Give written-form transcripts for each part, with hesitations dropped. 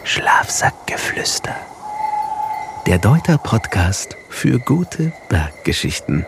Schlafsackgeflüster. Der Deuter-Podcast für gute Berggeschichten.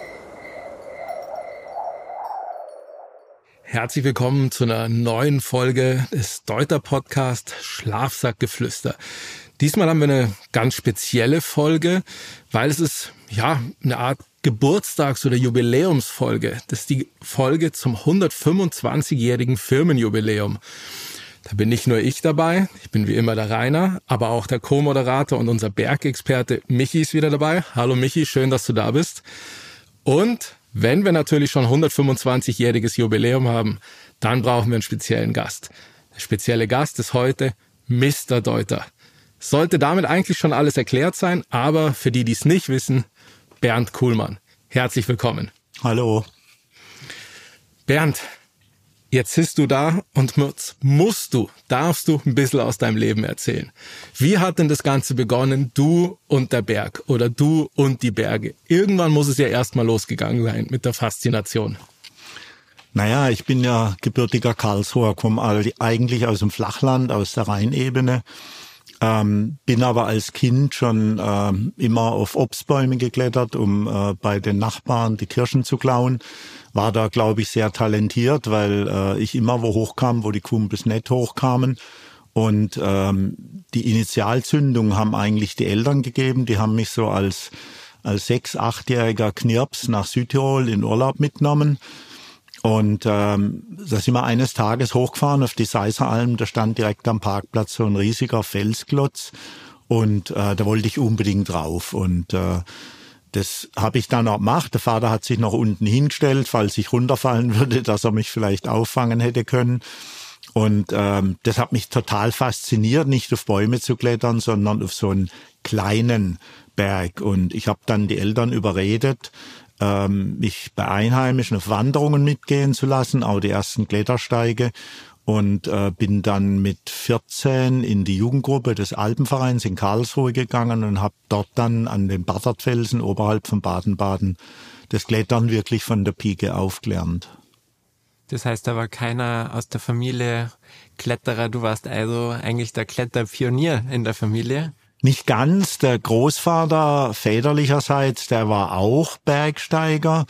Herzlich willkommen zu einer neuen Folge des Deuter-Podcast Schlafsackgeflüster. Diesmal haben wir eine ganz spezielle Folge, weil es ist eine Art Geburtstags- oder Jubiläumsfolge. Das ist die Folge zum 125-jährigen Firmenjubiläum. Da bin nicht nur ich dabei, ich bin wie immer der Rainer, aber auch der Co-Moderator und unser Bergexperte Michi ist wieder dabei. Hallo Michi, schön, dass du da bist. Und wenn wir natürlich schon 125-jähriges Jubiläum haben, dann brauchen wir einen speziellen Gast. Der spezielle Gast ist heute Mr. Deuter. Sollte damit eigentlich schon alles erklärt sein, aber für die es nicht wissen, Bernd Kuhlmann. Herzlich willkommen. Hallo. Bernd, jetzt sitzt du da und darfst du ein bisschen aus deinem Leben erzählen. Wie hat denn das Ganze begonnen, du und der Berg oder du und die Berge? Irgendwann muss es ja erstmal losgegangen sein mit der Faszination. Naja, ich bin ja gebürtiger Karlsruher, komme eigentlich aus dem Flachland, aus der Rheinebene. Bin aber als Kind schon immer auf Obstbäume geklettert, um bei den Nachbarn die Kirschen zu klauen. War da, glaube ich, sehr talentiert, weil ich immer wo hochkam, wo die Kumpels nicht hochkamen. Und die Initialzündung haben eigentlich die Eltern gegeben. Die haben mich so als 6-, 8-jähriger Knirps nach Südtirol in Urlaub mitgenommen. Und da sind wir eines Tages hochgefahren auf die Seiseralm, da stand direkt am Parkplatz so ein riesiger Felsklotz und da wollte ich unbedingt drauf. Und das habe ich dann auch gemacht. Der Vater hat sich noch unten hingestellt, falls ich runterfallen würde, dass er mich vielleicht auffangen hätte können. Und das hat mich total fasziniert, nicht auf Bäume zu klettern, sondern auf so einen kleinen Berg. Und ich habe dann die Eltern überredet, mich bei Einheimischen auf Wanderungen mitgehen zu lassen, auch die ersten Klettersteige, und bin dann mit 14 in die Jugendgruppe des Alpenvereins in Karlsruhe gegangen und habe dort dann an den Barthartfelsen oberhalb von Baden-Baden das Klettern wirklich von der Pike auf gelernt. Das heißt, da war keiner aus der Familie Kletterer, du warst also eigentlich der Kletterpionier in der Familie? Nicht ganz. Der Großvater väterlicherseits, der war auch Bergsteiger,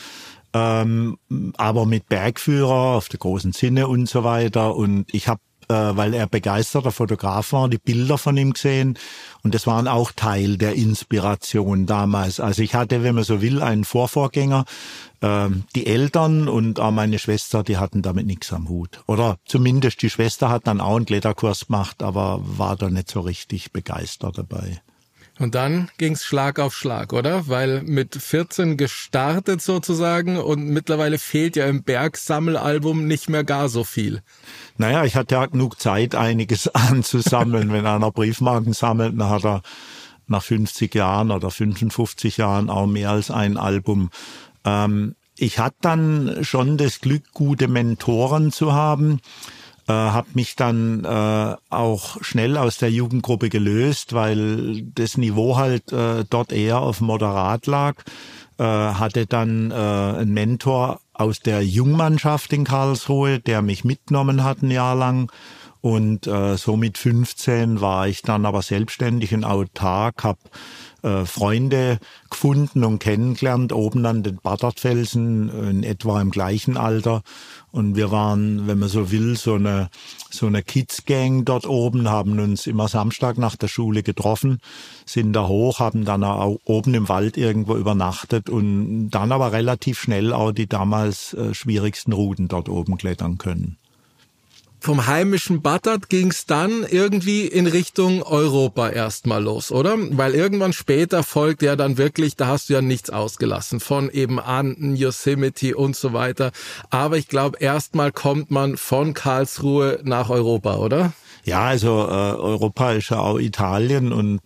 aber mit Bergführer auf der großen Zinne und so weiter. Und ich habe, weil er begeisterter Fotograf war, die Bilder von ihm gesehen. Und das waren auch Teil der Inspiration damals. Also ich hatte, wenn man so will, einen Vorvorgänger. Die Eltern und auch meine Schwester, die hatten damit nichts am Hut. Oder zumindest die Schwester hat dann auch einen Kletterkurs gemacht, aber war da nicht so richtig begeistert dabei. Und dann ging's Schlag auf Schlag, oder? Weil mit 14 gestartet sozusagen und mittlerweile fehlt ja im Bergsammelalbum nicht mehr gar so viel. Naja, ich hatte ja genug Zeit, einiges anzusammeln. Wenn einer Briefmarken sammelt, dann hat er nach 50 Jahren oder 55 Jahren auch mehr als ein Album. Ich hatte dann schon das Glück, gute Mentoren zu haben, habe mich dann auch schnell aus der Jugendgruppe gelöst, weil das Niveau halt dort eher auf moderat lag. Hatte dann einen Mentor aus der Jungmannschaft in Karlsruhe, der mich mitgenommen hat ein Jahr lang. Und so mit 15 war ich dann aber selbstständig und autark, habe Freunde gefunden und kennengelernt, oben an den Barthartfelsen, in etwa im gleichen Alter. Und wir waren, wenn man so will, so eine Kids-Gang dort oben, haben uns immer Samstag nach der Schule getroffen, sind da hoch, haben dann auch oben im Wald irgendwo übernachtet und dann aber relativ schnell auch die damals schwierigsten Routen dort oben klettern können. Vom heimischen Barthard ging's dann irgendwie in Richtung Europa erstmal los, oder? Weil irgendwann später folgt ja dann wirklich, da hast du ja nichts ausgelassen, von eben Anden, Yosemite und so weiter. Aber ich glaube, erstmal kommt man von Karlsruhe nach Europa, oder? Ja, also Europa ist ja auch Italien und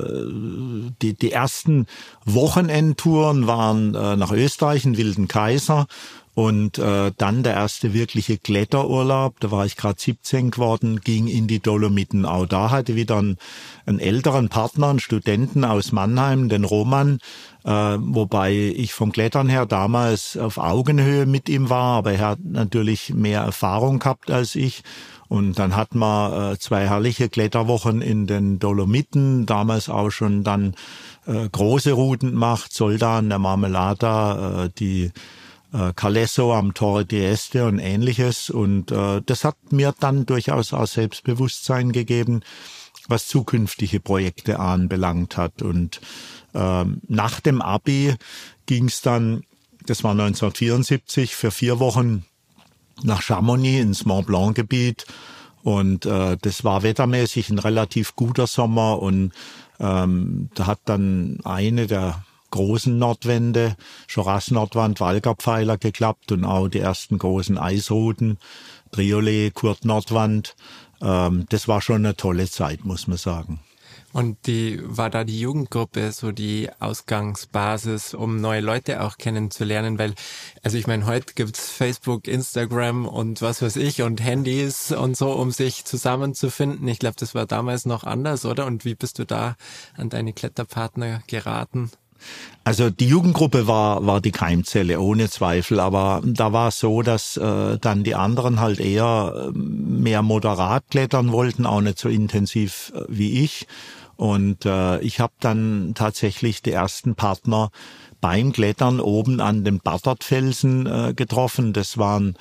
die ersten Wochenendtouren waren nach Österreich, in Wilden Kaiser. Und dann der erste wirkliche Kletterurlaub, da war ich gerade 17 geworden, ging in die Dolomiten. Auch da hatte wieder einen älteren Partner, einen Studenten aus Mannheim, den Roman, wobei ich vom Klettern her damals auf Augenhöhe mit ihm war, aber er hat natürlich mehr Erfahrung gehabt als ich. Und dann hatten wir 2 herrliche Kletterwochen in den Dolomiten, damals auch schon dann große Routen gemacht, Soldan, der Marmolada, die Calesso am Torre d'Este und ähnliches. Und das hat mir dann durchaus auch Selbstbewusstsein gegeben, was zukünftige Projekte anbelangt hat. Und nach dem Abi ging es dann, das war 1974, für 4 Wochen nach Chamonix ins Mont Blanc Gebiet. Und das war wettermäßig ein relativ guter Sommer. Und da hat dann eine der großen Nordwände, Joras-Nordwand, Valga-Pfeiler geklappt und auch die ersten großen Eisrouten, Triolet, Kurt-Nordwand. Das war schon eine tolle Zeit, muss man sagen. Und war da die Jugendgruppe so die Ausgangsbasis, um neue Leute auch kennenzulernen? Weil, also ich meine, heute gibt's Facebook, Instagram und was weiß ich und Handys und so, um sich zusammenzufinden. Ich glaube, das war damals noch anders, oder? Und wie bist du da an deine Kletterpartner geraten? Also die Jugendgruppe war die Keimzelle, ohne Zweifel, aber da war es so, dass dann die anderen halt eher mehr moderat klettern wollten, auch nicht so intensiv wie ich. Und ich habe dann tatsächlich die ersten Partner beim Klettern oben an den Bartardfelsen getroffen. Das waren,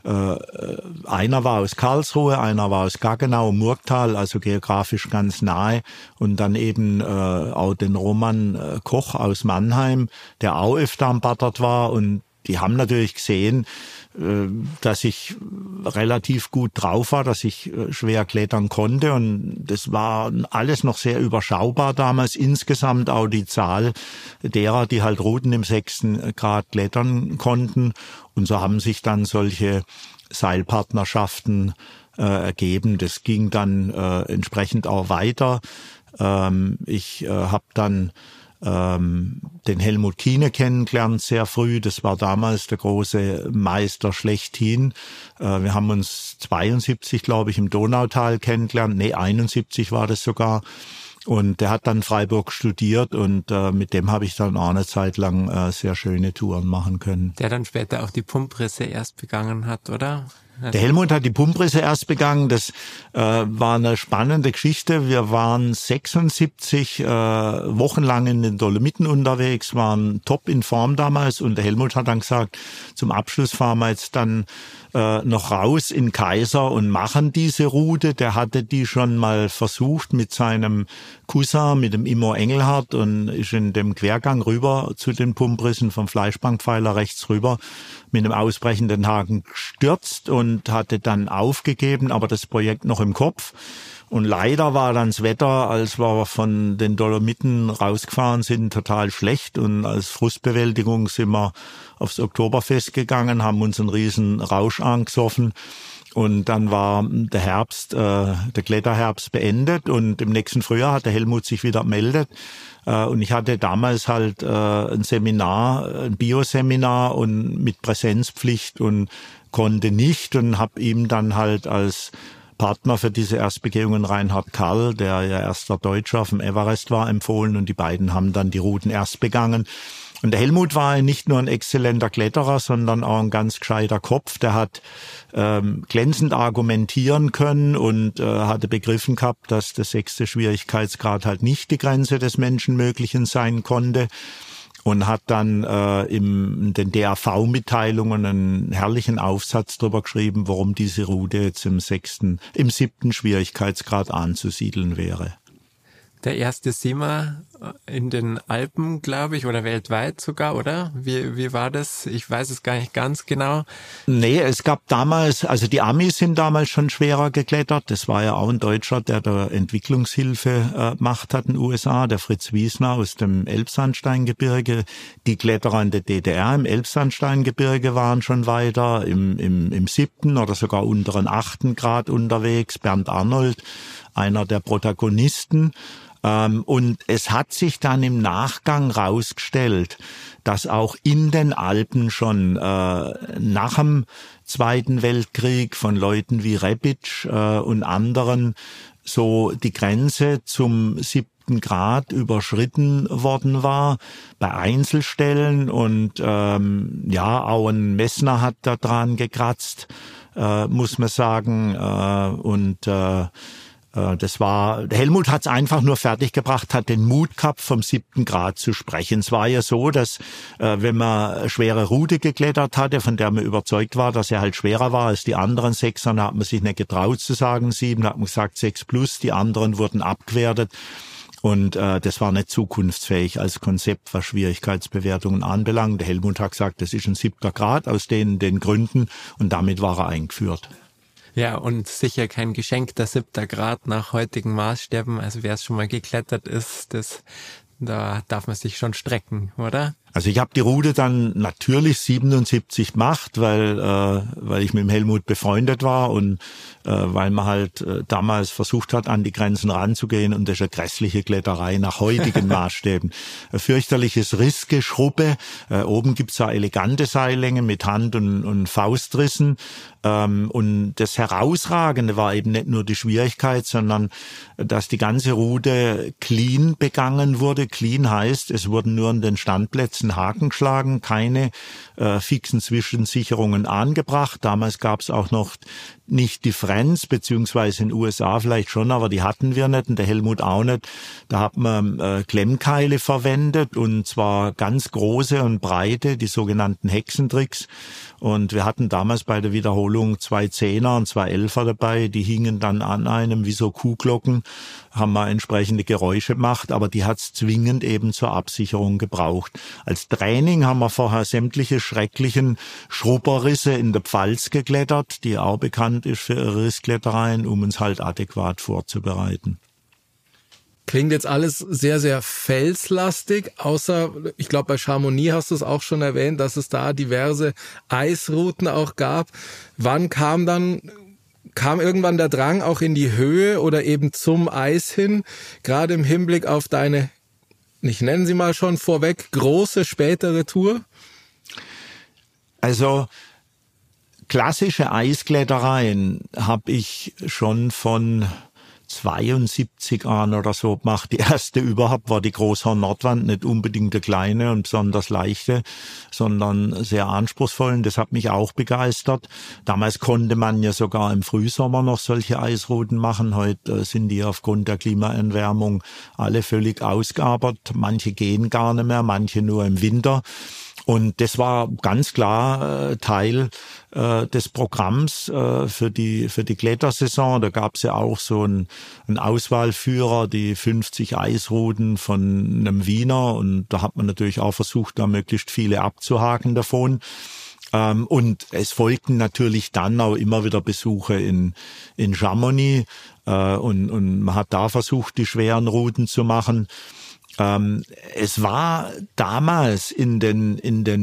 einer war aus Karlsruhe, einer war aus Gaggenau, Murgtal, also geografisch ganz nahe. Und dann eben auch den Roman Koch aus Mannheim, der auch öfter am Bartard war. Und die haben natürlich gesehen, dass ich relativ gut drauf war, dass ich schwer klettern konnte, und das war alles noch sehr überschaubar damals. Insgesamt auch die Zahl derer, die halt Routen im 6. Grad klettern konnten, und so haben sich dann solche Seilpartnerschaften ergeben. Das ging dann entsprechend auch weiter. Ich habe dann den Helmut Kiene kennengelernt sehr früh. Das war damals der große Meister schlechthin. Wir haben uns 72, glaube ich, im Donautal kennengelernt. 71 war das sogar. Und der hat dann Freiburg studiert, und mit dem habe ich dann auch eine Zeit lang sehr schöne Touren machen können. Der dann später auch die Pumprisse erst begangen hat, oder? Der Helmut hat die Pumprisse erst begangen. Das war eine spannende Geschichte. Wir waren 76 Wochen lang in den Dolomiten unterwegs, waren top in Form damals, und der Helmut hat dann gesagt, zum Abschluss fahren wir jetzt dann noch raus in Kaiser und machen diese Route. Der hatte die schon mal versucht mit seinem Cousin, mit dem Immo Engelhardt, und ist in dem Quergang rüber zu den Pumprissen vom Fleischbankpfeiler rechts rüber mit einem ausbrechenden Haken gestürzt und hatte dann aufgegeben, aber das Projekt noch im Kopf. Und leider war dann das Wetter, als wir von den Dolomiten rausgefahren sind, total schlecht, und als Frustbewältigung sind wir aufs Oktoberfest gegangen, haben uns einen riesen Rausch angesoffen, und dann war der Herbst, der Kletterherbst beendet, und im nächsten Frühjahr hat der Helmut sich wieder gemeldet. Und ich hatte damals halt ein Seminar, ein Bioseminar und mit Präsenzpflicht, und konnte nicht, und habe ihm dann halt als Partner für diese Erstbegehungen Reinhard Karl, der ja erster Deutscher auf dem Everest war, empfohlen, und die beiden haben dann die Routen erst begangen. Und der Helmut war nicht nur ein exzellenter Kletterer, sondern auch ein ganz gescheiter Kopf. Der hat glänzend argumentieren können und hatte begriffen gehabt, dass der 6. Schwierigkeitsgrad halt nicht die Grenze des Menschenmöglichen sein konnte. Und hat dann in den DAV-Mitteilungen einen herrlichen Aufsatz drüber geschrieben, warum diese Route jetzt im 7. Schwierigkeitsgrad anzusiedeln wäre. Der erste Sima in den Alpen, glaube ich, oder weltweit sogar, oder? Wie war das? Ich weiß es gar nicht ganz genau. Nee, es gab damals, also die Amis sind damals schon schwerer geklettert. Das war ja auch ein Deutscher, der da Entwicklungshilfe gemacht hat in den USA, der Fritz Wiesner aus dem Elbsandsteingebirge. Die Kletterer in der DDR im Elbsandsteingebirge waren schon weiter, im 7. oder sogar unteren 8. Grad unterwegs. Bernd Arnold, einer der Protagonisten. Und es hat sich dann im Nachgang rausgestellt, dass auch in den Alpen schon nach dem Zweiten Weltkrieg von Leuten wie Rebic und anderen so die Grenze zum 7. Grad überschritten worden war, bei Einzelstellen, und auch ein Messner hat da dran gekratzt. muss man sagen. Das war, Helmut hat es einfach nur fertiggebracht, hat den Mut gehabt, vom 7. Grad zu sprechen. Es war ja so, dass wenn man schwere Route geklettert hatte, von der man überzeugt war, dass er halt schwerer war als die anderen 6, dann hat man sich nicht getraut zu sagen 7, hat man gesagt 6+, die anderen wurden abgewertet. Und das war nicht zukunftsfähig als Konzept, was Schwierigkeitsbewertungen anbelangt. Der Helmut hat gesagt, das ist ein 7. Grad aus den Gründen, und damit war er eingeführt. Ja, und sicher kein Geschenk, der 7. Grad nach heutigen Maßstäben. Also wer es schon mal geklettert ist, da darf man sich schon strecken, oder? Also ich habe die Route dann natürlich 77 gemacht, weil ich mit dem Helmut befreundet war und weil man halt damals versucht hat, an die Grenzen ranzugehen, und das ist eine grässliche Kletterei nach heutigen Maßstäben. Ein fürchterliches Rissgeschrubbe. Oben gibt's ja elegante Seillänge mit Hand- und Faustrissen. Und das Herausragende war eben nicht nur die Schwierigkeit, sondern dass die ganze Route clean begangen wurde. Clean heißt, es wurden nur an den Standplätzen Haken geschlagen, keine fixen Zwischensicherungen angebracht. Damals gab es auch noch nicht die Friends, beziehungsweise in den USA vielleicht schon, aber die hatten wir nicht und der Helmut auch nicht. Da hat man Klemmkeile verwendet, und zwar ganz große und breite, die sogenannten Hexentricks. Und wir hatten damals bei der Wiederholung 2 10er und 2 11er dabei, die hingen dann an einem wie so Kuhglocken, haben wir entsprechende Geräusche gemacht, aber die hat's zwingend eben zur Absicherung gebraucht. Als Training haben wir vorher sämtliche schrecklichen Schrubberrisse in der Pfalz geklettert, die auch bekannt ist für ihre Rissklettereien, um uns halt adäquat vorzubereiten. Klingt jetzt alles sehr, sehr felslastig, außer, ich glaube, bei Chamonix hast du es auch schon erwähnt, dass es da diverse Eisrouten auch gab. Wann kam irgendwann der Drang auch in die Höhe oder eben zum Eis hin, gerade im Hinblick auf deine, ich nenne sie mal schon vorweg, große spätere Tour? Also klassische Eisklettereien habe ich schon von 72 an oder so gemacht. Die erste überhaupt war die Großhorn-Nordwand, nicht unbedingt eine kleine und besonders leichte, sondern sehr anspruchsvoll, und das hat mich auch begeistert. Damals konnte man ja sogar im Frühsommer noch solche Eisrouten machen. Heute sind die aufgrund der Klimaerwärmung alle völlig ausgearbeitet. Manche gehen gar nicht mehr, manche nur im Winter. Und das war ganz klar Teil des Programms für die Klettersaison. Da gab es ja auch so einen Auswahlführer, die 50 Eisrouten von einem Wiener. Und da hat man natürlich auch versucht, da möglichst viele abzuhaken davon. Und es folgten natürlich dann auch immer wieder Besuche in Chamonix. Und man hat da versucht, die schweren Routen zu machen. Es war damals in den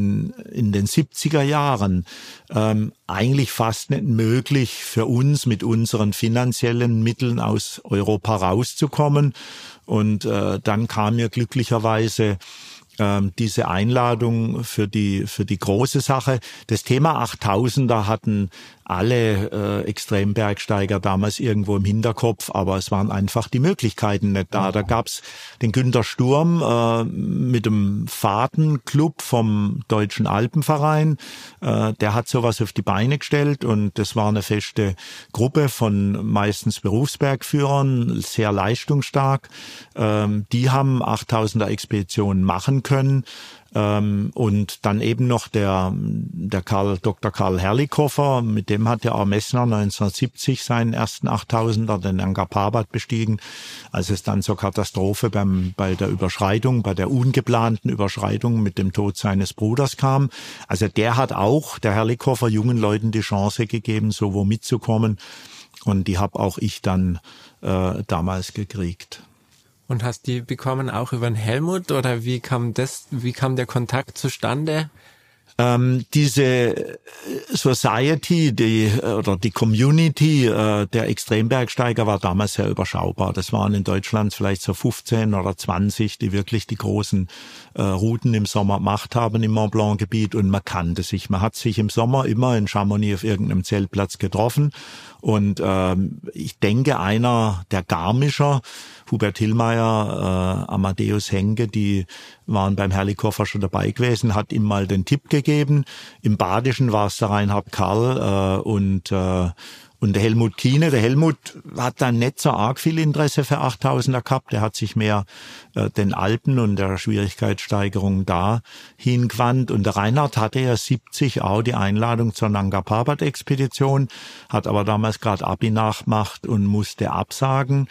70er Jahren eigentlich fast nicht möglich für uns, mit unseren finanziellen Mitteln aus Europa rauszukommen. Und dann kam mir glücklicherweise diese Einladung für die große Sache. Das Thema 8000er hatten alle Extrembergsteiger damals irgendwo im Hinterkopf, aber es waren einfach die Möglichkeiten nicht da. Da gab's den Günter Sturm mit dem Fahrtenclub vom Deutschen Alpenverein. Der hat sowas auf die Beine gestellt, und das war eine feste Gruppe von meistens Berufsbergführern, sehr leistungsstark. Die haben 8000er Expeditionen machen können. Und dann eben noch der Dr. Karl Herlikofer, mit dem hat ja auch Messner 1970 seinen ersten 8000er, den Nanga Parbat, bestiegen, als es dann zur Katastrophe bei der Überschreitung, bei der ungeplanten Überschreitung mit dem Tod seines Bruders kam. Also der hat auch, der Herlikofer, jungen Leuten die Chance gegeben, so wo mitzukommen, und die habe auch ich dann damals gekriegt. Und hast die bekommen auch über den Helmut, oder wie kam der Kontakt zustande? Diese Society, die Community der Extrembergsteiger war damals sehr überschaubar. Das waren in Deutschland vielleicht so 15 oder 20, die wirklich die großen Routen im Sommer gemacht haben im Mont Blanc Gebiet, und man kannte sich. Man hat sich im Sommer immer in Chamonix auf irgendeinem Zeltplatz getroffen, und ich denke, einer der Garmischer, Hubert Hillmeier, Amadeus Henke, die waren beim Herlikofer schon dabei gewesen, hat ihm mal den Tipp gegeben, gegeben. Im Badischen war es der Reinhard Karl und der Helmut Kiene. Der Helmut hat dann nicht so arg viel Interesse für 8000er gehabt. Der hat sich mehr den Alpen und der Schwierigkeitssteigerung da hingewandt. Und der Reinhard hatte ja 70 auch die Einladung zur Nanga Parbat-Expedition, hat aber damals gerade Abi nachgemacht und musste absagen.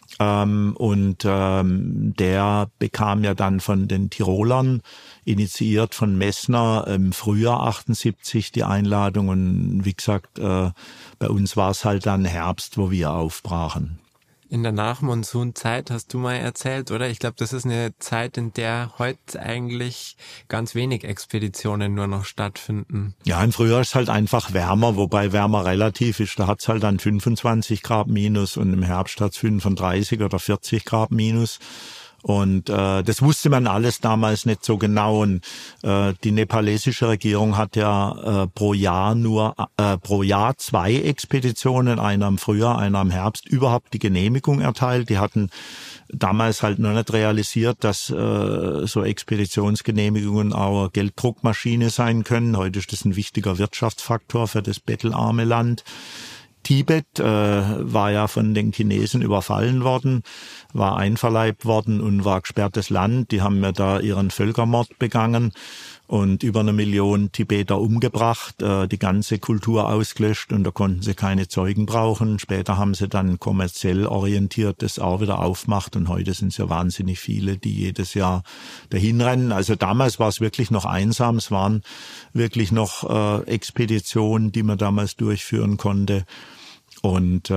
Der bekam ja dann von den Tirolern, initiiert von Messner, im Frühjahr 78 die Einladung. Und wie gesagt, bei uns war es halt dann Herbst, wo wir aufbrachen. In der Nachmonsunzeit hast du mal erzählt, oder? Ich glaube, das ist eine Zeit, in der heute eigentlich ganz wenig Expeditionen nur noch stattfinden. Ja, im Frühjahr ist halt einfach wärmer, wobei wärmer relativ ist. Da hat es halt dann 25 Grad minus und im Herbst hat es 35 oder 40 Grad minus. Und das wusste man alles damals nicht so genau. Und die nepalesische Regierung hat ja pro Jahr 2 Expeditionen, einer im Frühjahr, einer im Herbst, überhaupt die Genehmigung erteilt. Die hatten damals halt noch nicht realisiert, dass so Expeditionsgenehmigungen auch Gelddruckmaschine sein können. Heute ist das ein wichtiger Wirtschaftsfaktor für das bettelarme Land. Tibet war ja von den Chinesen überfallen worden, war einverleibt worden und war gesperrtes Land. Die haben ja da ihren Völkermord begangen und über 1 Million Tibeter umgebracht, die ganze Kultur ausgelöscht und da konnten sie keine Zeugen brauchen. Später haben sie dann kommerziell orientiert das auch wieder aufgemacht und heute sind es ja wahnsinnig viele, die jedes Jahr dahin rennen. Also damals war es wirklich noch einsam, es waren wirklich noch Expeditionen, die man damals durchführen konnte. Und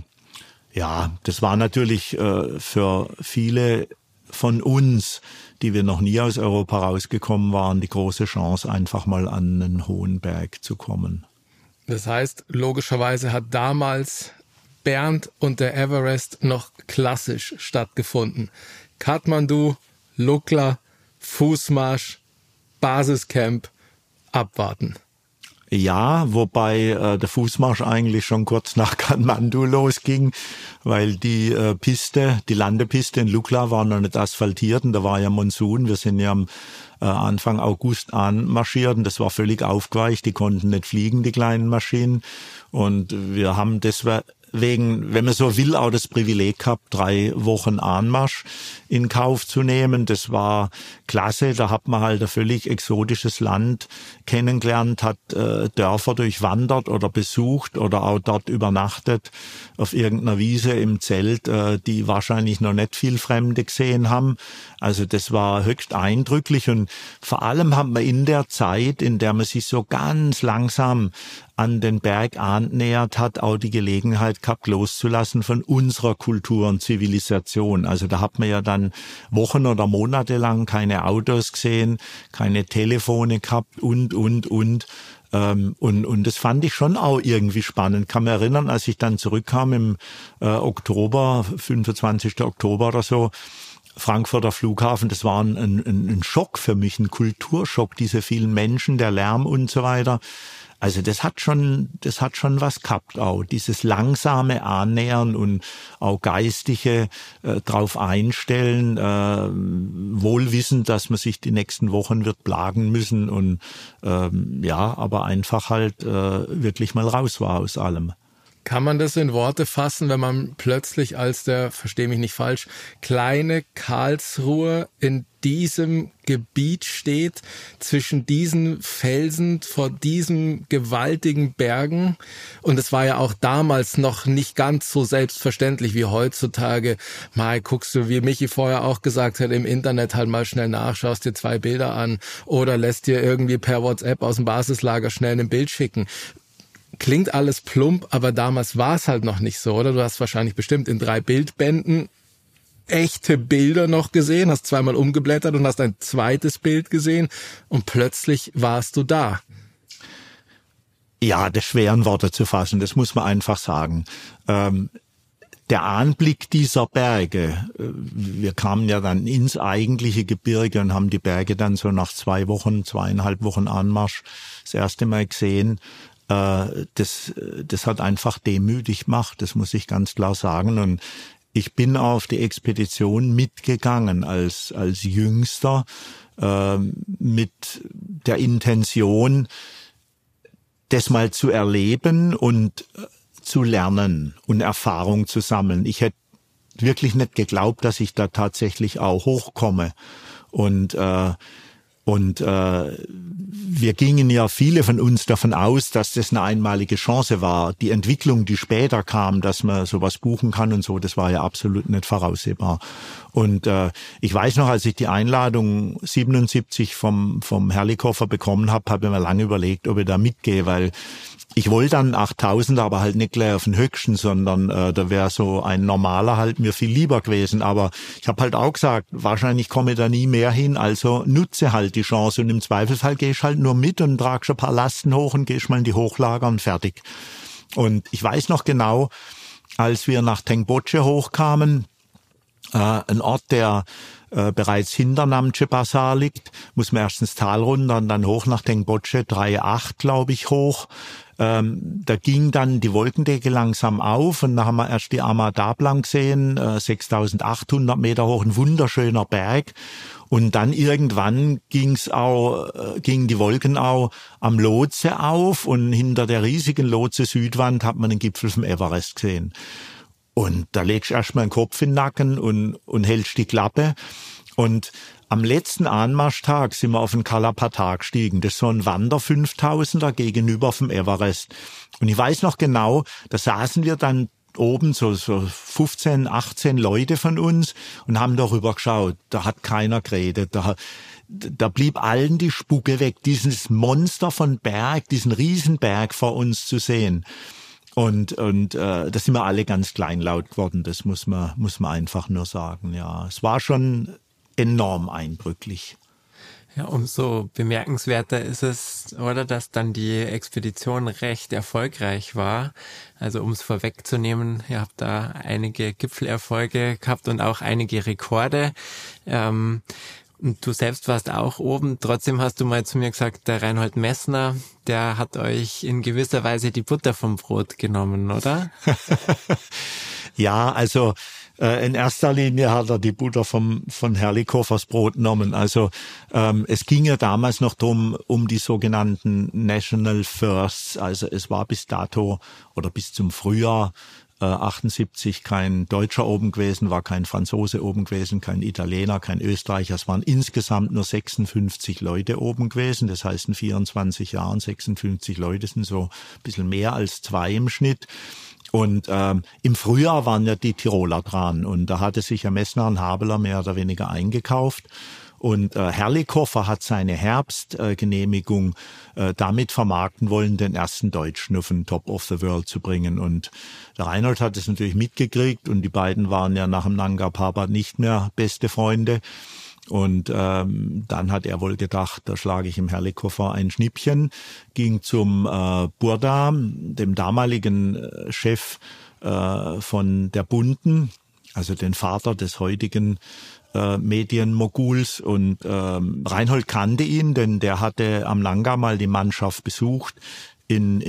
das war natürlich für viele von uns, die wir noch nie aus Europa rausgekommen waren, die große Chance, einfach mal an einen hohen Berg zu kommen. Das heißt, logischerweise hat damals Bernd und der Everest noch klassisch stattgefunden. Kathmandu, Lukla, Fußmarsch, Basiscamp, abwarten. Ja, wobei der Fußmarsch eigentlich schon kurz nach Kathmandu losging, weil die Landepiste in Lukla war noch nicht asphaltiert und da war ja Monsun. Wir sind ja am Anfang August anmarschiert und das war völlig aufgeweicht. Die konnten nicht fliegen, die kleinen Maschinen. Und wir haben deswegen, wenn man so will, auch das Privileg gehabt, 3 Wochen Anmarsch in Kauf zu nehmen. Das war klasse. Da hat man halt ein völlig exotisches Land kennengelernt, hat Dörfer durchwandert oder besucht oder auch dort übernachtet auf irgendeiner Wiese im Zelt, die wahrscheinlich noch nicht viel Fremde gesehen haben. Also das war höchst eindrücklich und vor allem hat man in der Zeit, in der man sich so ganz langsam an den Berg annähert hat, auch die Gelegenheit gehabt, loszulassen von unserer Kultur und Zivilisation. Also da hat man ja dann Wochen oder Monate lang keine Autos gesehen, keine Telefone gehabt und. Und das fand ich schon auch irgendwie spannend. Kann mich erinnern, als ich dann zurückkam im Oktober, 25. Oktober oder so, Frankfurter Flughafen, das war ein Schock für mich, ein Kulturschock, diese vielen Menschen, der Lärm und so weiter. Also das hat schon was gehabt auch, dieses langsame Annähern und auch geistige drauf einstellen, wohl wissend, dass man sich die nächsten Wochen wird plagen müssen und aber einfach halt wirklich mal raus war aus allem. Kann man das in Worte fassen, wenn man plötzlich als der, versteh mich nicht falsch, kleine Karlsruhe in diesem Gebiet steht, zwischen diesen Felsen, vor diesen gewaltigen Bergen? Und es war ja auch damals noch nicht ganz so selbstverständlich wie heutzutage. Mal guckst du, wie Michi vorher auch gesagt hat, im Internet halt mal schnell nach, schaust dir 2 Bilder an oder lässt dir irgendwie per WhatsApp aus dem Basislager schnell ein Bild schicken. Klingt alles plump, aber damals war es halt noch nicht so, oder? Du hast wahrscheinlich bestimmt in 3 Bildbänden echte Bilder noch gesehen, hast 2-mal umgeblättert und hast ein zweites Bild gesehen und plötzlich warst du da. Ja, das ist schwer in Worte zu fassen, das muss man einfach sagen. Der Anblick dieser Berge, wir kamen ja dann ins eigentliche Gebirge und haben die Berge dann so nach 2,5 Wochen Anmarsch das erste Mal gesehen. Das hat einfach demütig gemacht, das muss ich ganz klar sagen. Und ich bin auf die Expedition mitgegangen als Jüngster. mit der Intention, das mal zu erleben und zu lernen und Erfahrung zu sammeln. Ich hätte wirklich nicht geglaubt, dass ich da tatsächlich auch hochkomme. Und wir gingen ja viele von uns davon aus, dass das eine einmalige Chance war. Die Entwicklung, die später kam, dass man sowas buchen kann und so, das war ja absolut nicht voraussehbar. Und ich weiß noch, als ich die Einladung 77 vom Herlikofer bekommen habe ich mir lange überlegt, ob ich da mitgehe, weil ich wollte dann 8000, aber halt nicht gleich auf den höchsten, sondern da wäre so ein normaler halt mir viel lieber gewesen. Aber ich habe halt auch gesagt, wahrscheinlich komme ich da nie mehr hin, also nutze halt die Chance und im Zweifelsfall gehst halt nur mit und tragst ein paar Lasten hoch und gehst mal in die Hochlager und fertig. Und ich weiß noch genau, als wir nach Tengboche hochkamen, ein Ort, der bereits hinter Namche Bazaar liegt, muss man erst ins Tal runter und dann hoch nach Tengboche, 3,8 glaube ich hoch. Da ging dann die Wolkendecke langsam auf und da haben wir erst die Ama Dablam gesehen, 6.800 Meter hoch, ein wunderschöner Berg. Und dann irgendwann gingen die Wolken auch am Lhotse auf und hinter der riesigen Lhotse Südwand hat man den Gipfel vom Everest gesehen. Und da legst du erstmal den Kopf in den Nacken und hältst die Klappe. Und am letzten Anmarschtag sind wir auf den Kalapata gestiegen. Das ist so ein Wander-5000er gegenüber vom Everest. Und ich weiß noch genau, da saßen wir dann oben, so 15, 18 Leute von uns und haben darüber geschaut. Da hat keiner geredet. Da blieb allen die Spucke weg, dieses Monster von Berg, diesen Riesenberg vor uns zu sehen. Und da sind wir alle ganz kleinlaut geworden. Das muss man einfach nur sagen. Ja, es war schon enorm eindrücklich. Ja, umso bemerkenswerter ist es, oder, dass dann die Expedition recht erfolgreich war. Also um es vorwegzunehmen, ihr habt da einige Gipfelerfolge gehabt und auch einige Rekorde. Und du selbst warst auch oben. Trotzdem hast du mal zu mir gesagt, der Reinhold Messner, der hat euch in gewisser Weise die Butter vom Brot genommen, oder? Ja, also in erster Linie hat er die Butter von Herlikofers Brot genommen. Also es ging ja damals noch drum um die sogenannten National Firsts. Also es war bis dato oder bis zum Frühjahr 78 kein Deutscher oben gewesen, war kein Franzose oben gewesen, kein Italiener, kein Österreicher. Es waren insgesamt nur 56 Leute oben gewesen. Das heißt, in 24 Jahren 56 Leute sind so ein bisschen mehr als 2 im Schnitt. Und im Frühjahr waren ja die Tiroler dran und da hatte sich ja Messner und Habeler mehr oder weniger eingekauft. Und Herlikofer hat seine Herbstgenehmigung damit vermarkten wollen, den ersten Deutschen auf den Top of the World zu bringen. Und der Reinhold hat es natürlich mitgekriegt und die beiden waren ja nach dem Nanga Parbat nicht mehr beste Freunde. Und dann hat er wohl gedacht, da schlage ich im Herlikofer ein Schnippchen, ging zum Burda, dem damaligen Chef von der Bunten, also den Vater des heutigen Medienmoguls, und Reinhold kannte ihn, denn der hatte am Nanga mal die Mannschaft besucht in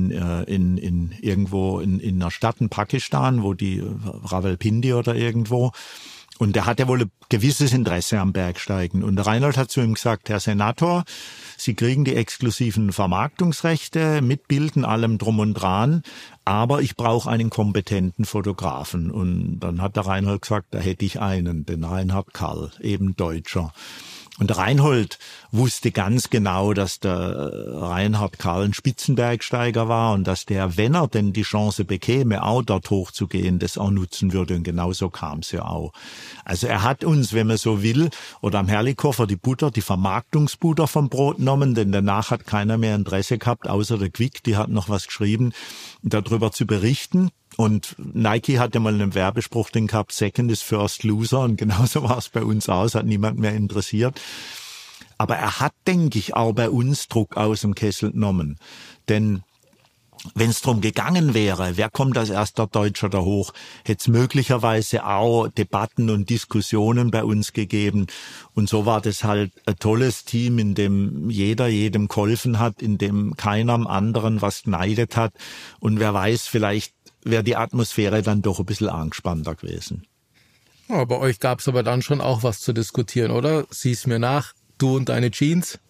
irgendwo in einer Stadt in Pakistan, wo die Rawalpindi oder irgendwo. Und der hatte wohl ein gewisses Interesse am Bergsteigen. Und der Reinhold hat zu ihm gesagt, Herr Senator, Sie kriegen die exklusiven Vermarktungsrechte mit Bildern, allem drum und dran, aber ich brauche einen kompetenten Fotografen. Und dann hat der Reinhold gesagt, da hätte ich einen, den Reinhard Karl, eben Deutscher. Und der Reinhold wusste ganz genau, dass der Reinhard Karl ein Spitzenbergsteiger war und dass der, wenn er denn die Chance bekäme, auch dort hochzugehen, das auch nutzen würde. Und genau so kam es ja auch. Also er hat uns, wenn man so will, oder am Herlikofer die Butter, die Vermarktungsbutter vom Brot genommen, denn danach hat keiner mehr Interesse gehabt, außer der Quick, die hat noch was geschrieben, darüber zu berichten. Und Nike hatte mal einen Werbespruch den gehabt, Second is First Loser, und genauso war es bei uns aus, hat niemand mehr interessiert. Aber er hat, denke ich, auch bei uns Druck aus dem Kessel genommen. Denn wenn es darum gegangen wäre, wer kommt als erster Deutscher da hoch, hätte es möglicherweise auch Debatten und Diskussionen bei uns gegeben. Und so war das halt ein tolles Team, in dem jeder jedem geholfen hat, in dem keiner am anderen was geneidet hat. Und wer weiß, vielleicht wäre die Atmosphäre dann doch ein bisschen angespannter gewesen. Ja, bei euch gab es aber dann schon auch was zu diskutieren, oder? Sieh's mir nach. du und deine Jeans?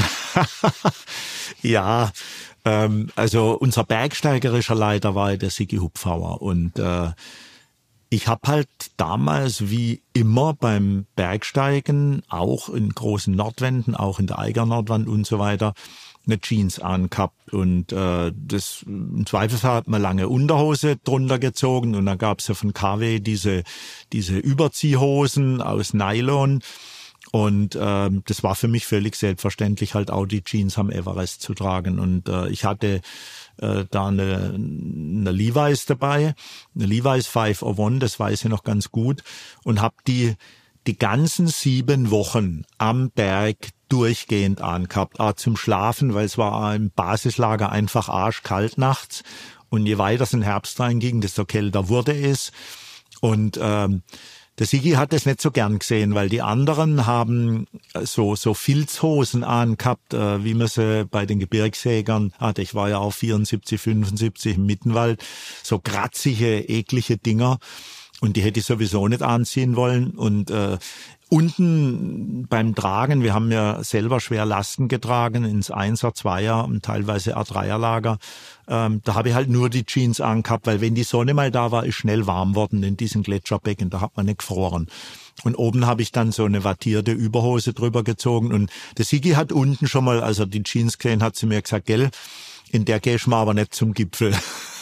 Ja, also unser bergsteigerischer Leiter war der Sigi Hupfauer und ich habe halt damals wie immer beim Bergsteigen, auch in großen Nordwänden, auch in der Eiger Nordwand und so weiter, eine Jeans angehabt und das im Zweifelsfall hat man lange Unterhose drunter gezogen und dann gab's ja von KW diese Überziehhosen aus Nylon. Und das war für mich völlig selbstverständlich, halt auch die Jeans am Everest zu tragen. Und ich hatte da eine Levi's dabei, eine Levi's 501, das weiß ich noch ganz gut, und habe die ganzen 7 Wochen am Berg durchgehend angehabt, auch zum Schlafen, weil es war im Basislager einfach arschkalt nachts. Und je weiter es in den Herbst reinging, desto kälter wurde es. Und der Sigi hat das nicht so gern gesehen, weil die anderen haben so Filzhosen angehabt, wie man sie bei den Gebirgsjägern hatte. Ich war ja auch 74, 75 im Mittenwald. So kratzige, eklige Dinger. Und die hätte ich sowieso nicht anziehen wollen. Und unten beim Tragen, wir haben ja selber schwer Lasten getragen ins 1er, 2er und teilweise A3er-Lager. Da habe ich halt nur die Jeans angehabt, weil wenn die Sonne mal da war, ist schnell warm worden in diesen Gletscherbecken, da hat man nicht gefroren. Und oben habe ich dann so eine wattierte Überhose drüber gezogen und der Sigi hat unten schon mal, also die Jeans gesehen, hat sie mir gesagt, gell, in der gehst du mal aber nicht zum Gipfel.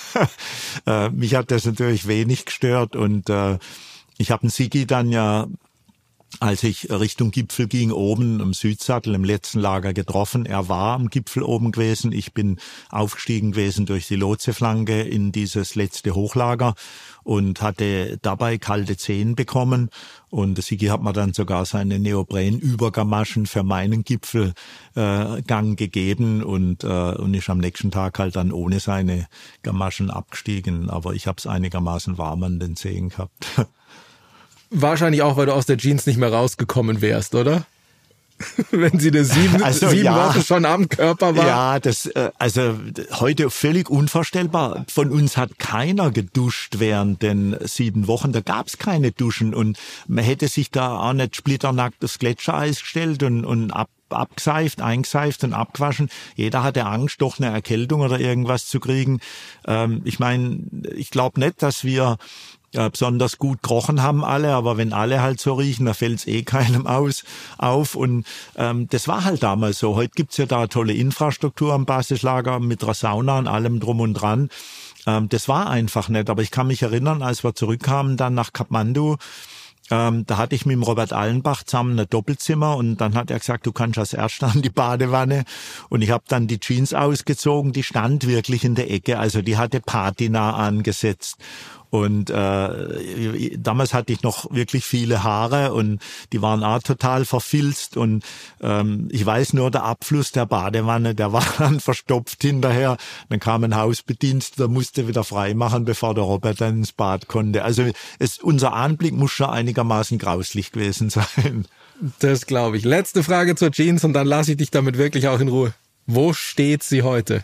Mich hat das natürlich wenig gestört und ich habe den Sigi dann ja, als ich Richtung Gipfel ging, oben am Südsattel im letzten Lager getroffen. Er war am Gipfel oben gewesen. Ich bin aufgestiegen gewesen durch die Lotseflanke in dieses letzte Hochlager und hatte dabei kalte Zehen bekommen. Und der Sigi hat mir dann sogar seine Neoprenübergamaschen für meinen Gipfelgang gegeben und ist am nächsten Tag halt dann ohne seine Gamaschen abgestiegen. Aber ich habe es einigermaßen warm an den Zehen gehabt. Wahrscheinlich auch, weil du aus der Jeans nicht mehr rausgekommen wärst, oder? Wenn sie 7 Wochen schon am Körper war. Ja, das also heute völlig unvorstellbar. Von uns hat keiner geduscht während den 7 Wochen. Da gab's keine Duschen und man hätte sich da auch nicht splitternackt aufs Gletschereis gestellt und abgeseift, eingeseift und abgewaschen. Jeder hatte Angst, doch eine Erkältung oder irgendwas zu kriegen. Ich meine, ich glaube nicht, dass wir besonders gut gerochen haben alle, aber wenn alle halt so riechen, da fällt's keinem auf und das war halt damals so. Heute gibt's ja da tolle Infrastruktur am Basislager mit einer Sauna und allem drum und dran. Das war einfach nicht, aber ich kann mich erinnern, als wir zurückkamen dann nach Kathmandu, da hatte ich mit dem Robert Allenbach zusammen ein Doppelzimmer und dann hat er gesagt, du kannst als Erster an die Badewanne und ich habe dann die Jeans ausgezogen, die stand wirklich in der Ecke, also die hatte Patina angesetzt. Und damals hatte ich noch wirklich viele Haare und die waren auch total verfilzt und ich weiß nur, der Abfluss der Badewanne, der war dann verstopft hinterher. Dann kam ein Hausbediensteter, musste wieder freimachen, bevor der Robert dann ins Bad konnte. Also unser Anblick muss schon einigermaßen grauslich gewesen sein. Das glaube ich. Letzte Frage zur Jeans und dann lasse ich dich damit wirklich auch in Ruhe. Wo steht sie heute?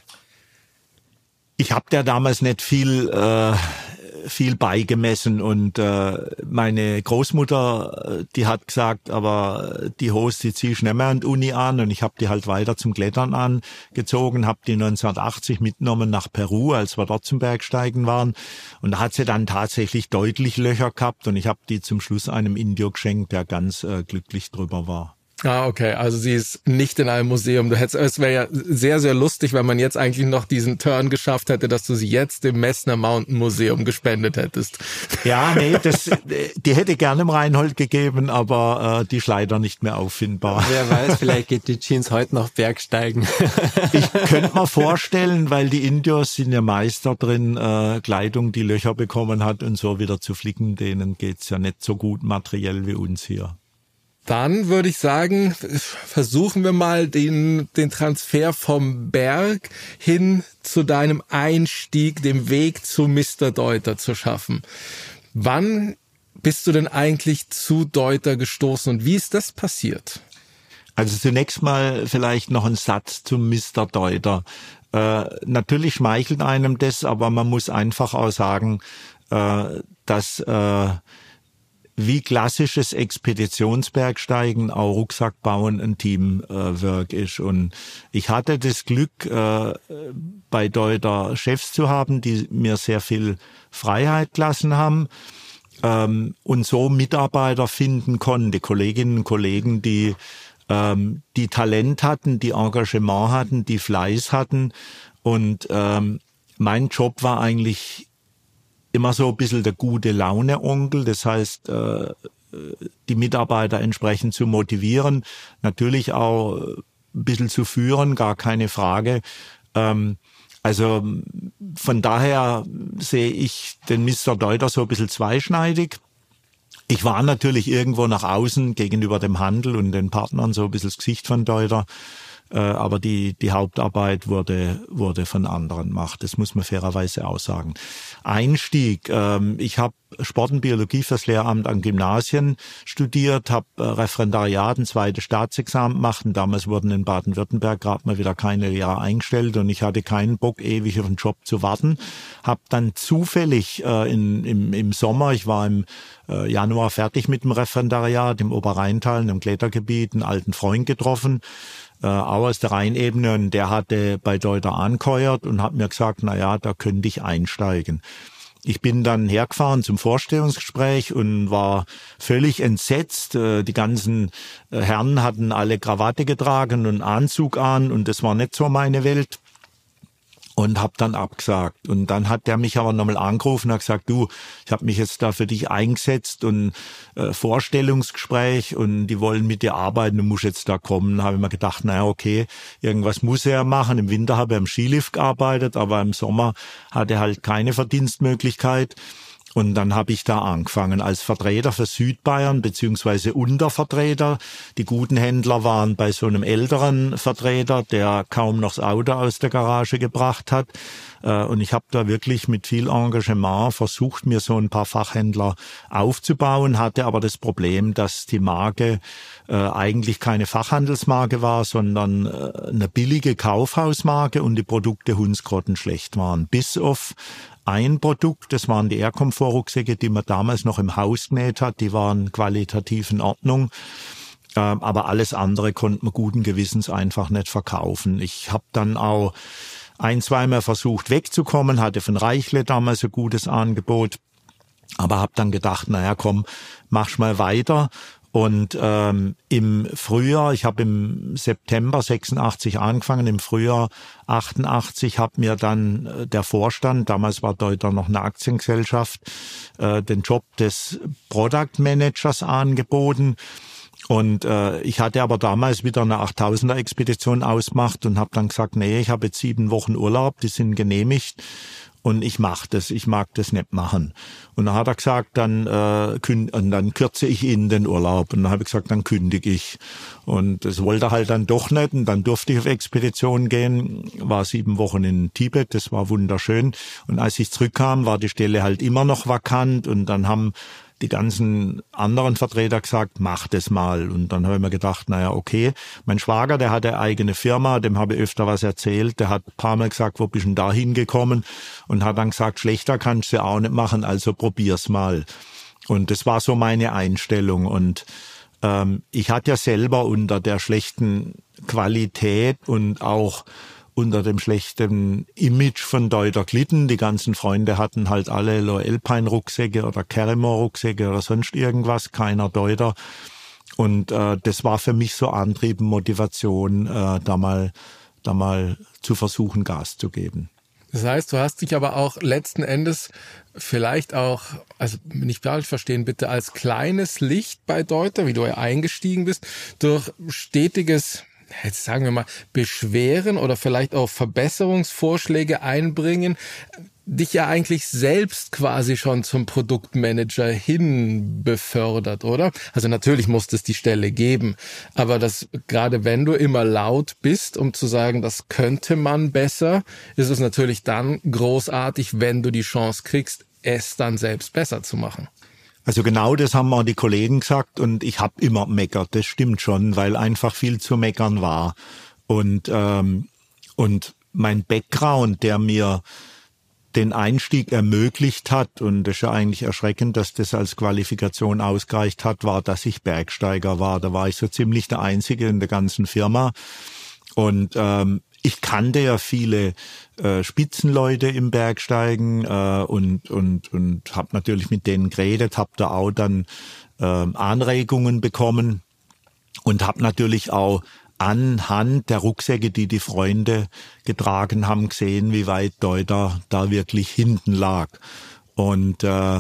Ich habe der damals nicht viel beigemessen und meine Großmutter, die hat gesagt, aber die Hose, die zieh ich nicht mehr an die Uni an und ich habe die halt weiter zum Klettern angezogen, habe die 1980 mitgenommen nach Peru, als wir dort zum Bergsteigen waren und da hat sie dann tatsächlich deutlich Löcher gehabt und ich habe die zum Schluss einem Indio geschenkt, der ganz glücklich drüber war. Ah, okay. Also sie ist nicht in einem Museum. Es wäre ja sehr, sehr lustig, wenn man jetzt eigentlich noch diesen Turn geschafft hätte, dass du sie jetzt dem Messner Mountain Museum gespendet hättest. Ja, nee, die hätte gerne im Reinhold gegeben, aber die ist leider nicht mehr auffindbar. Wer weiß, vielleicht geht die Jeans heute noch Bergsteigen. Ich könnte mir vorstellen, weil die Indios sind ja Meister drin, Kleidung, die Löcher bekommen hat und so wieder zu flicken, denen geht's ja nicht so gut materiell wie uns hier. Dann würde ich sagen, versuchen wir mal den Transfer vom Berg hin zu deinem Einstieg, dem Weg zu Mr. Deuter zu schaffen. Wann bist du denn eigentlich zu Deuter gestoßen und wie ist das passiert? Also zunächst mal vielleicht noch ein Satz zum Mr. Deuter. Natürlich schmeichelt einem das, aber man muss einfach auch sagen, dass wie klassisches Expeditionsbergsteigen auch Rucksackbauen ein Teamwork ist. Und ich hatte das Glück, bei Deuter Chefs zu haben, die mir sehr viel Freiheit gelassen haben und so Mitarbeiter finden konnte, Kolleginnen und Kollegen, die Talent hatten, die Engagement hatten, die Fleiß hatten. Und mein Job war eigentlich immer so ein bisschen der gute Laune-Onkel. Das heißt, die Mitarbeiter entsprechend zu motivieren, natürlich auch ein bisschen zu führen, gar keine Frage. Also von daher sehe ich den Mr. Deuter so ein bisschen zweischneidig. Ich war natürlich irgendwo nach außen gegenüber dem Handel und den Partnern so ein bisschen das Gesicht von Deuter. Aber die Hauptarbeit wurde von anderen gemacht. Das muss man fairerweise auch sagen. Einstieg. Ich habe Sport und Biologie fürs Lehramt an Gymnasien studiert, habe Referendariat, ein zweites Staatsexamen gemacht. Und damals wurden in Baden-Württemberg gerade mal wieder keine Lehrer eingestellt und ich hatte keinen Bock, ewig auf einen Job zu warten. Habe dann zufällig im Sommer, ich war im Januar fertig mit dem Referendariat im Oberrheintal, in einem Klettergebiet, einen alten Freund getroffen, auch aus der Rheinebene, und der hatte bei Deuter angeheuert und hat mir gesagt, na ja, da könnte ich einsteigen. Ich bin dann hergefahren zum Vorstellungsgespräch und war völlig entsetzt. Die ganzen Herren hatten alle Krawatte getragen und Anzug an und das war nicht so meine Welt. Und habe dann abgesagt. Und dann hat der mich aber nochmal angerufen und hat gesagt, du, ich habe mich jetzt da für dich eingesetzt und Vorstellungsgespräch und die wollen mit dir arbeiten, du musst jetzt da kommen. Da habe ich mir gedacht, naja, okay, irgendwas muss er machen. Im Winter habe er im Skilift gearbeitet, aber im Sommer hat er halt keine Verdienstmöglichkeit. Und dann habe ich da angefangen als Vertreter für Südbayern beziehungsweise Untervertreter. Die guten Händler waren bei so einem älteren Vertreter, der kaum noch das Auto aus der Garage gebracht hat. Und ich habe da wirklich mit viel Engagement versucht, mir so ein paar Fachhändler aufzubauen, hatte aber das Problem, dass die Marke eigentlich keine Fachhandelsmarke war, sondern eine billige Kaufhausmarke und die Produkte hundsgrottenschlecht waren. Bis auf ein Produkt, das waren die Air-Komfort-Rucksäcke, die man damals noch im Haus genäht hat, die waren qualitativ in Ordnung. Aber alles andere konnte man guten Gewissens einfach nicht verkaufen. Ich habe dann auch zweimal versucht wegzukommen, hatte von Reichle damals ein gutes Angebot, aber habe dann gedacht, naja komm, mach's mal weiter. Und im Frühjahr, ich habe im September 86 angefangen, im Frühjahr 88 hat mir dann der Vorstand, damals war Deuter noch eine Aktiengesellschaft, den Job des Product Managers angeboten. Und ich hatte aber damals wieder eine 8000er-Expedition ausgemacht und habe dann gesagt, nee, ich habe jetzt 7 Wochen Urlaub, die sind genehmigt. Und ich mache das, ich mag das nicht machen. Und dann hat er gesagt, dann kürze ich Ihnen den Urlaub. Und dann habe ich gesagt, dann kündige ich. Und das wollte er halt dann doch nicht. Und dann durfte ich auf Expedition gehen, war 7 Wochen in Tibet, das war wunderschön. Und als ich zurückkam, war die Stelle halt immer noch vakant. Und dann haben die ganzen anderen Vertreter gesagt, mach das mal. Und dann habe ich mir gedacht, naja, okay. Mein Schwager, der hatte eine eigene Firma, dem habe ich öfter was erzählt. Der hat ein paar Mal gesagt, wo bist du denn da hingekommen? Und hat dann gesagt, schlechter kannst du ja auch nicht machen, also probier's mal. Und das war so meine Einstellung. Und ich hatte ja selber unter der schlechten Qualität und auch unter dem schlechten Image von Deuter gelitten. Die ganzen Freunde hatten halt alle Alpine-Rucksäcke oder Carrymore-Rucksäcke oder sonst irgendwas, keiner Deuter. Und das war für mich so Antrieb und Motivation, da mal zu versuchen, Gas zu geben. Das heißt, du hast dich aber auch letzten Endes vielleicht auch, also nicht falsch verstehen, bitte als kleines Licht bei Deuter, wie du ja eingestiegen bist, durch stetiges, jetzt sagen wir mal, Beschweren oder vielleicht auch Verbesserungsvorschläge einbringen, dich ja eigentlich selbst quasi schon zum Produktmanager hin befördert, oder? Also natürlich muss es die Stelle geben, aber das, gerade wenn du immer laut bist, um zu sagen, das könnte man besser, ist es natürlich dann großartig, wenn du die Chance kriegst, es dann selbst besser zu machen. Also genau das haben auch die Kollegen gesagt und ich habe immer meckert, das stimmt schon, weil einfach viel zu meckern war. Und mein Background, der mir den Einstieg ermöglicht hat, und das ist ja eigentlich erschreckend, dass das als Qualifikation ausgereicht hat, war, dass ich Bergsteiger war. Da war ich so ziemlich der Einzige in der ganzen Firma. Und ich kannte ja viele Spitzenleute im Bergsteigen und habe natürlich mit denen geredet, habe da auch dann Anregungen bekommen und habe natürlich auch anhand der Rucksäcke, die die Freunde getragen haben, gesehen, wie weit Deuter da wirklich hinten lag. Und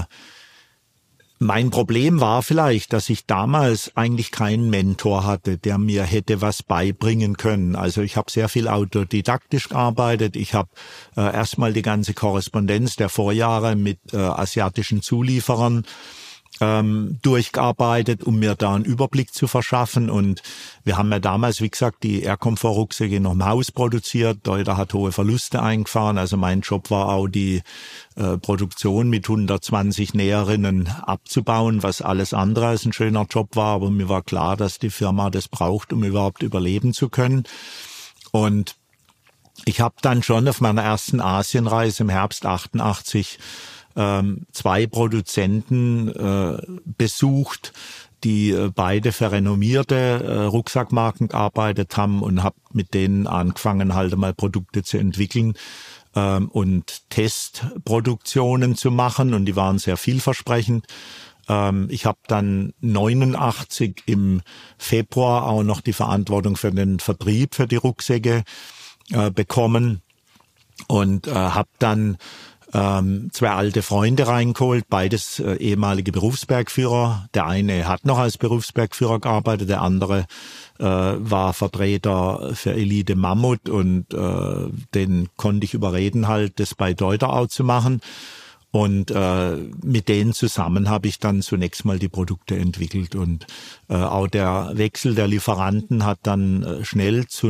mein Problem war vielleicht, dass ich damals eigentlich keinen Mentor hatte, der mir hätte was beibringen können. Also ich habe sehr viel autodidaktisch gearbeitet. Ich habe erstmal die ganze Korrespondenz der Vorjahre mit asiatischen Zulieferern durchgearbeitet, um mir da einen Überblick zu verschaffen. Und wir haben ja damals, wie gesagt, die Air-Komfort-Rucksäcke noch im Haus produziert. Deuter hat hohe Verluste eingefahren. Also mein Job war auch, die Produktion mit 120 Näherinnen abzubauen, was alles andere als ein schöner Job war. Aber mir war klar, dass die Firma das braucht, um überhaupt überleben zu können. Und ich habe dann schon auf meiner ersten Asienreise im Herbst 88 2 Produzenten besucht, die beide für renommierte Rucksackmarken gearbeitet haben, und habe mit denen angefangen, halt mal Produkte zu entwickeln und Testproduktionen zu machen, und die waren sehr vielversprechend. Ich habe dann 89 im Februar auch noch die Verantwortung für den Vertrieb für die Rucksäcke bekommen und habe dann 2 alte Freunde reingeholt, beides ehemalige Berufsbergführer. Der eine hat noch als Berufsbergführer gearbeitet, der andere war Vertreter für Elite Mammut, und den konnte ich überreden, halt das bei Deuter auch zu machen. Und mit denen zusammen habe ich dann zunächst mal die Produkte entwickelt, und auch der Wechsel der Lieferanten hat dann schnell zu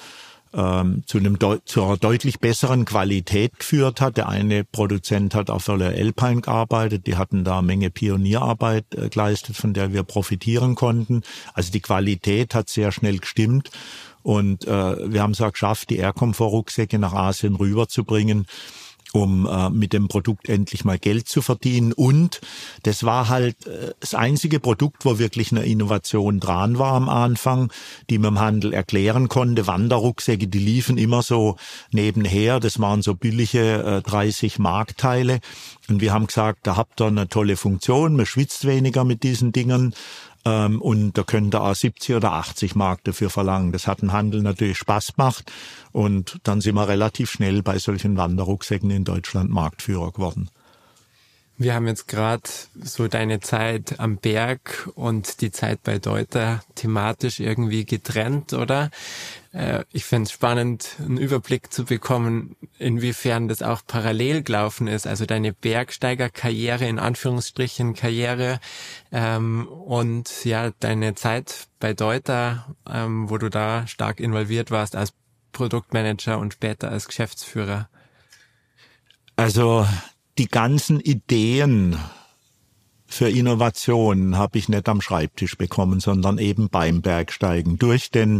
einer deutlich besseren Qualität geführt hat. Der eine Produzent hat auf der Alpine gearbeitet, die hatten da eine Menge Pionierarbeit geleistet, von der wir profitieren konnten. Also die Qualität hat sehr schnell gestimmt, und wir haben es auch geschafft, die Air-Komfort-Rucksäcke nach Asien rüberzubringen, um mit dem Produkt endlich mal Geld zu verdienen. Und das war halt das einzige Produkt, wo wirklich eine Innovation dran war am Anfang, die man im Handel erklären konnte. Wanderrucksäcke, die liefen immer so nebenher. Das waren so billige 30 Markteile. Und wir haben gesagt, da habt ihr eine tolle Funktion, man schwitzt weniger mit diesen Dingern. Und da könnt ihr auch 70 oder 80 Mark dafür verlangen. Das hat den Handel natürlich Spaß gemacht, und dann sind wir relativ schnell bei solchen Wanderrucksäcken in Deutschland Marktführer geworden. Wir haben jetzt gerade so deine Zeit am Berg und die Zeit bei Deuter thematisch irgendwie getrennt, oder? Ich fände es spannend, einen Überblick zu bekommen, inwiefern das auch parallel gelaufen ist. Also deine Bergsteigerkarriere, in Anführungsstrichen Karriere, und ja, deine Zeit bei Deuter, wo du da stark involviert warst als Produktmanager und später als Geschäftsführer. Also die ganzen Ideen für Innovationen habe ich nicht am Schreibtisch bekommen, sondern eben beim Bergsteigen. Durch den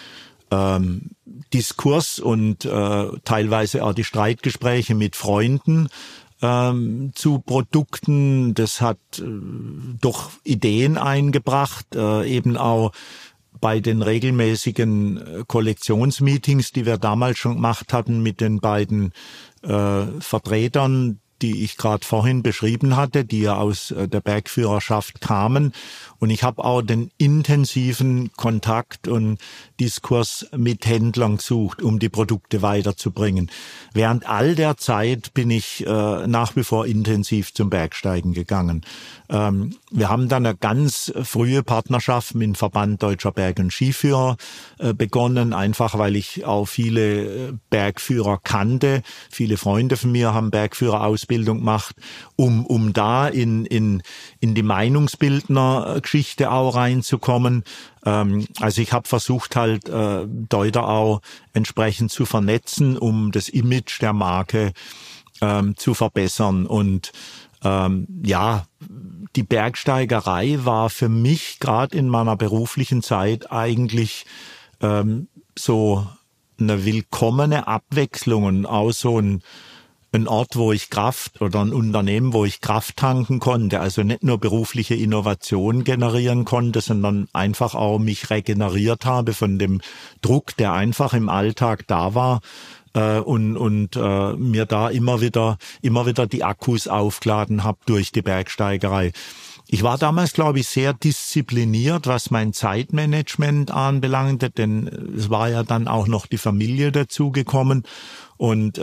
Diskurs und teilweise auch die Streitgespräche mit Freunden zu Produkten. Das hat doch Ideen eingebracht, eben auch bei den regelmäßigen Kollektionsmeetings, die wir damals schon gemacht hatten mit den beiden Vertretern, die ich gerade vorhin beschrieben hatte, die ja aus der Bergführerschaft kamen. Und ich habe auch den intensiven Kontakt und Diskurs mit Händlern gesucht, um die Produkte weiterzubringen. Während all der Zeit bin ich nach wie vor intensiv zum Bergsteigen gegangen. Wir haben dann eine ganz frühe Partnerschaft mit dem Verband Deutscher Berg- und Skiführer begonnen, einfach weil ich auch viele Bergführer kannte. Viele Freunde von mir haben Bergführerausbildung gemacht, um da in die Meinungsbildner-Geschichte auch reinzukommen. Also ich habe versucht halt Deuter auch entsprechend zu vernetzen, um das Image der Marke zu verbessern. Und ja, die Bergsteigerei war für mich gerade in meiner beruflichen Zeit eigentlich so eine willkommene Abwechslung und auch so ein ein Ort, wo ich Kraft oder ein Unternehmen, wo ich Kraft tanken konnte, also nicht nur berufliche Innovation generieren konnte, sondern einfach auch mich regeneriert habe von dem Druck, der einfach im Alltag da war. Und mir da immer wieder die Akkus aufgeladen habe durch die Bergsteigerei. Ich war damals, glaube ich, sehr diszipliniert, was mein Zeitmanagement anbelangte, denn es war ja dann auch noch die Familie dazugekommen und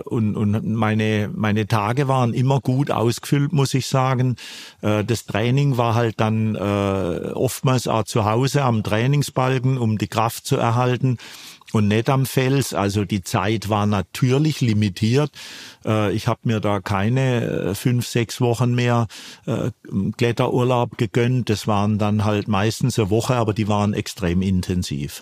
meine Tage waren immer gut ausgefüllt, muss ich sagen. Das Training war halt dann oftmals auch zu Hause am Trainingsbalken, um die Kraft zu erhalten. Und nicht am Fels, also die Zeit war natürlich limitiert. Ich habe mir da keine 5-6 Wochen mehr Kletterurlaub gegönnt. Das waren dann halt meistens eine Woche, aber die waren extrem intensiv.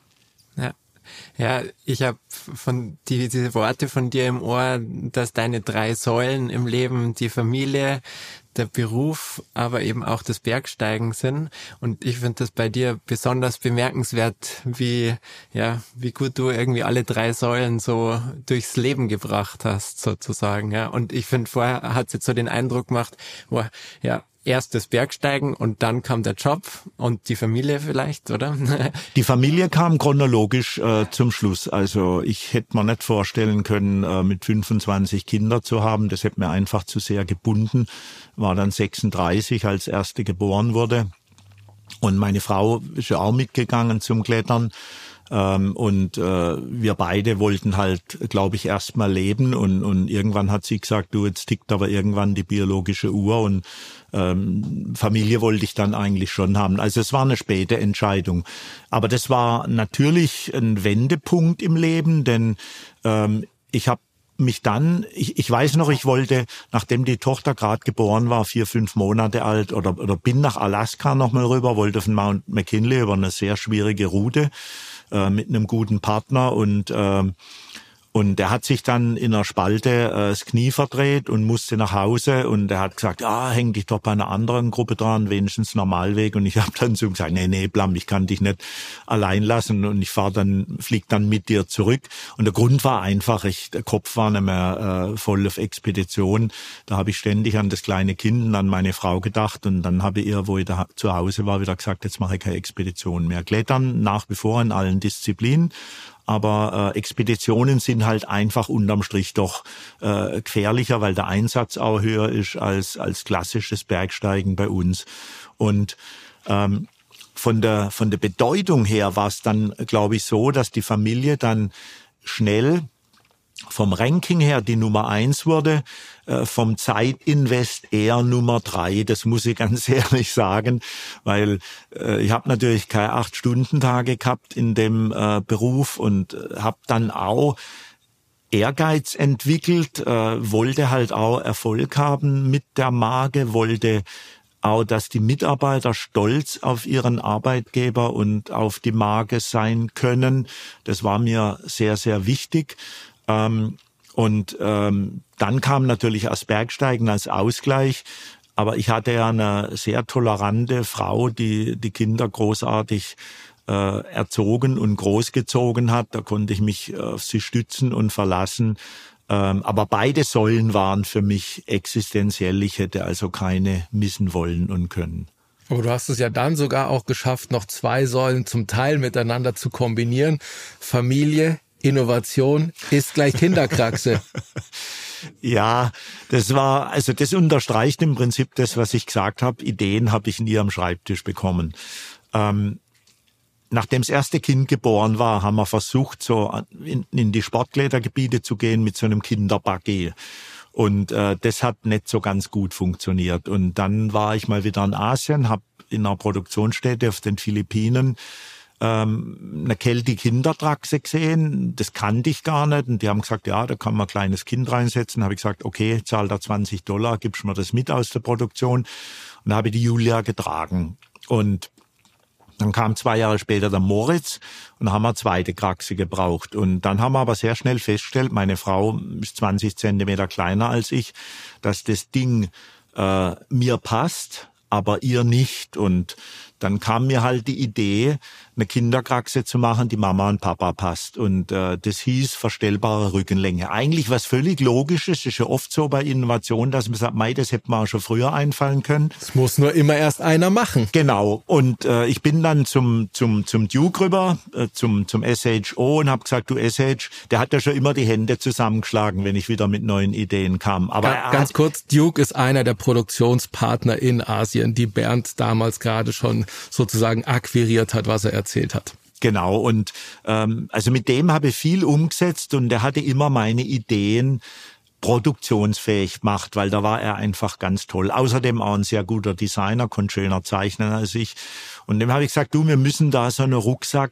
Ja, ich habe diese Worte von dir im Ohr, dass deine 3 Säulen im Leben die Familie, der Beruf, aber eben auch das Bergsteigen sind. Und ich finde das bei dir besonders bemerkenswert, wie gut du irgendwie alle 3 Säulen so durchs Leben gebracht hast, sozusagen. Ja. Und ich finde, vorher hat es jetzt so den Eindruck gemacht, erst das Bergsteigen und dann kam der Job und die Familie vielleicht, oder? Die Familie kam chronologisch zum Schluss. Also ich hätte mir nicht vorstellen können, mit 25 Kinder zu haben. Das hätte mir einfach zu sehr gebunden. War dann 36, als erste geboren wurde. Und meine Frau ist ja auch mitgegangen zum Klettern. Und wir beide wollten halt, glaube ich, erst mal leben und irgendwann hat sie gesagt, du, jetzt tickt aber irgendwann die biologische Uhr und Familie wollte ich dann eigentlich schon haben. Also es war eine späte Entscheidung. Aber das war natürlich ein Wendepunkt im Leben, denn ich habe mich dann, ich weiß noch, ich wollte, nachdem die Tochter gerade geboren war, 4-5 Monate alt, oder bin nach Alaska nochmal rüber, wollte auf den Mount McKinley über eine sehr schwierige Route mit einem guten Partner und der hat sich dann in einer Spalte das Knie verdreht und musste nach Hause und er hat gesagt, häng dich doch bei einer anderen Gruppe dran, wenigstens Normalweg. Und ich habe dann so gesagt, nee, Blam, ich kann dich nicht allein lassen und ich flieg dann mit dir zurück. Und der Grund war einfach, der Kopf war nicht mehr voll auf Expedition. Da habe ich ständig an das kleine Kind und an meine Frau gedacht und dann habe ich ihr, wo ich da zu Hause war, wieder gesagt, jetzt mache ich keine Expedition mehr. Klettern nach wie vor in allen Disziplinen. Aber Expeditionen sind halt einfach unterm Strich doch gefährlicher, weil der Einsatz auch höher ist als klassisches Bergsteigen bei uns. Und von der Bedeutung her war es dann, glaube ich, so, dass die Familie dann schnell vom Ranking her die Nummer 1 wurde, vom Zeitinvest eher Nummer 3. Das muss ich ganz ehrlich sagen, weil ich habe natürlich keine 8-Stunden-Tage gehabt in dem Beruf und habe dann auch Ehrgeiz entwickelt, wollte halt auch Erfolg haben mit der Marke, wollte auch, dass die Mitarbeiter stolz auf ihren Arbeitgeber und auf die Marke sein können. Das war mir sehr, sehr wichtig. Und dann kam natürlich das Bergsteigen als Ausgleich. Aber ich hatte ja eine sehr tolerante Frau, die die Kinder großartig erzogen und großgezogen hat. Da konnte ich mich auf sie stützen und verlassen. Aber beide Säulen waren für mich existenziell. Ich hätte also keine missen wollen und können. Aber du hast es ja dann sogar auch geschafft, noch 2 Säulen zum Teil miteinander zu kombinieren. Familie, Innovation ist gleich Kinderkraxe. Ja, das unterstreicht im Prinzip das, was ich gesagt habe. Ideen habe ich nie am Schreibtisch bekommen. Nachdem das erste Kind geboren war, haben wir versucht, so in die Sportklettergebiete zu gehen mit so einem Kinderbuggy. Und das hat nicht so ganz gut funktioniert. Und dann war ich mal wieder in Asien, habe in einer Produktionsstätte auf den Philippinen eine Kelti-Kindertraxe gesehen, das kannte ich gar nicht und die haben gesagt, ja, da kann man ein kleines Kind reinsetzen. Da habe ich gesagt, okay, zahl da $20, gibst mir das mit aus der Produktion und da habe ich die Julia getragen und dann kam 2 Jahre später der Moritz und haben wir eine zweite Kraxe gebraucht und dann haben wir aber sehr schnell festgestellt, meine Frau ist 20 Zentimeter kleiner als ich, dass das Ding mir passt, aber ihr nicht und dann kam mir halt die Idee, eine Kinderkraxe zu machen, die Mama und Papa passt. Und das hieß verstellbare Rückenlänge. Eigentlich was völlig Logisches, ist ja oft so bei Innovationen, dass man sagt, das hätte man auch schon früher einfallen können. Es muss nur immer erst einer machen. Genau. Und ich bin dann zum Duke rüber, zum SHO und habe gesagt, du SH, der hat ja schon immer die Hände zusammengeschlagen, wenn ich wieder mit neuen Ideen kam. Aber ganz kurz, Duke ist einer der Produktionspartner in Asien, die Bernd damals gerade schon sozusagen akquiriert hat, was er erzählt hat. Genau, und also mit dem habe ich viel umgesetzt und der hatte immer meine Ideen produktionsfähig gemacht, weil da war er einfach ganz toll. Außerdem auch ein sehr guter Designer, konnte schöner zeichnen als ich. Und dem habe ich gesagt, wir müssen da so eine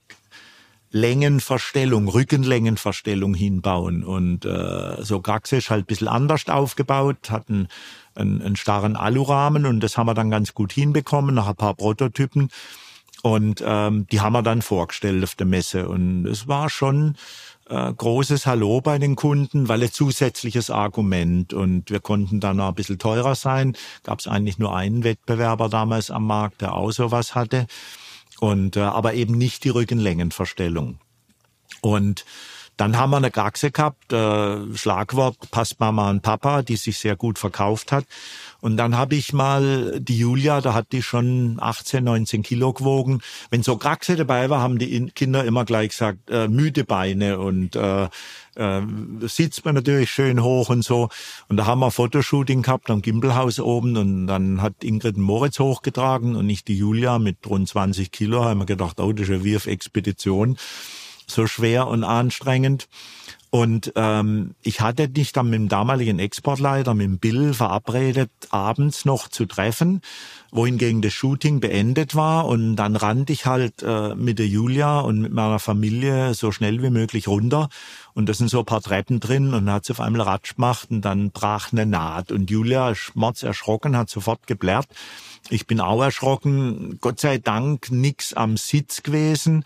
Rückenlängenverstellung hinbauen. Und so Kraxe ist halt ein bisschen anders aufgebaut, hat einen starren Alurahmen und das haben wir dann ganz gut hinbekommen, nach ein paar Prototypen. Und die haben wir dann vorgestellt auf der Messe. Und es war schon großes Hallo bei den Kunden, weil ein zusätzliches Argument. Und wir konnten dann noch ein bisschen teurer sein. Gab es eigentlich nur einen Wettbewerber damals am Markt, der auch sowas hatte. Und aber eben nicht die Rückenlängenverstellung. Und dann haben wir eine Kraxe gehabt, Schlagwort passt Mama und Papa, die sich sehr gut verkauft hat. Und dann habe ich mal die Julia, da hat die schon 18, 19 Kilo gewogen. Wenn so Kraxe dabei war, haben die Kinder immer gleich gesagt, müde Beine und sitzt man natürlich schön hoch und so. Und da haben wir ein Fotoshooting gehabt am Gimbelhaus oben und dann hat Ingrid den Moritz hochgetragen und ich die Julia mit rund 20 Kilo. Haben wir gedacht, das ist ja wie auf Expedition. So schwer und anstrengend. Und ich hatte mich dann mit dem damaligen Exportleiter, mit dem Bill, verabredet, abends noch zu treffen, wohingegen das Shooting beendet war. Und dann rannte ich halt mit der Julia und mit meiner Familie so schnell wie möglich runter. Und da sind so ein paar Treppen drin und dann hat sie auf einmal Ratsch gemacht und dann brach eine Naht. Und Julia ist erschrocken, hat sofort geblärrt. Ich bin auch erschrocken. Gott sei Dank nix am Sitz gewesen.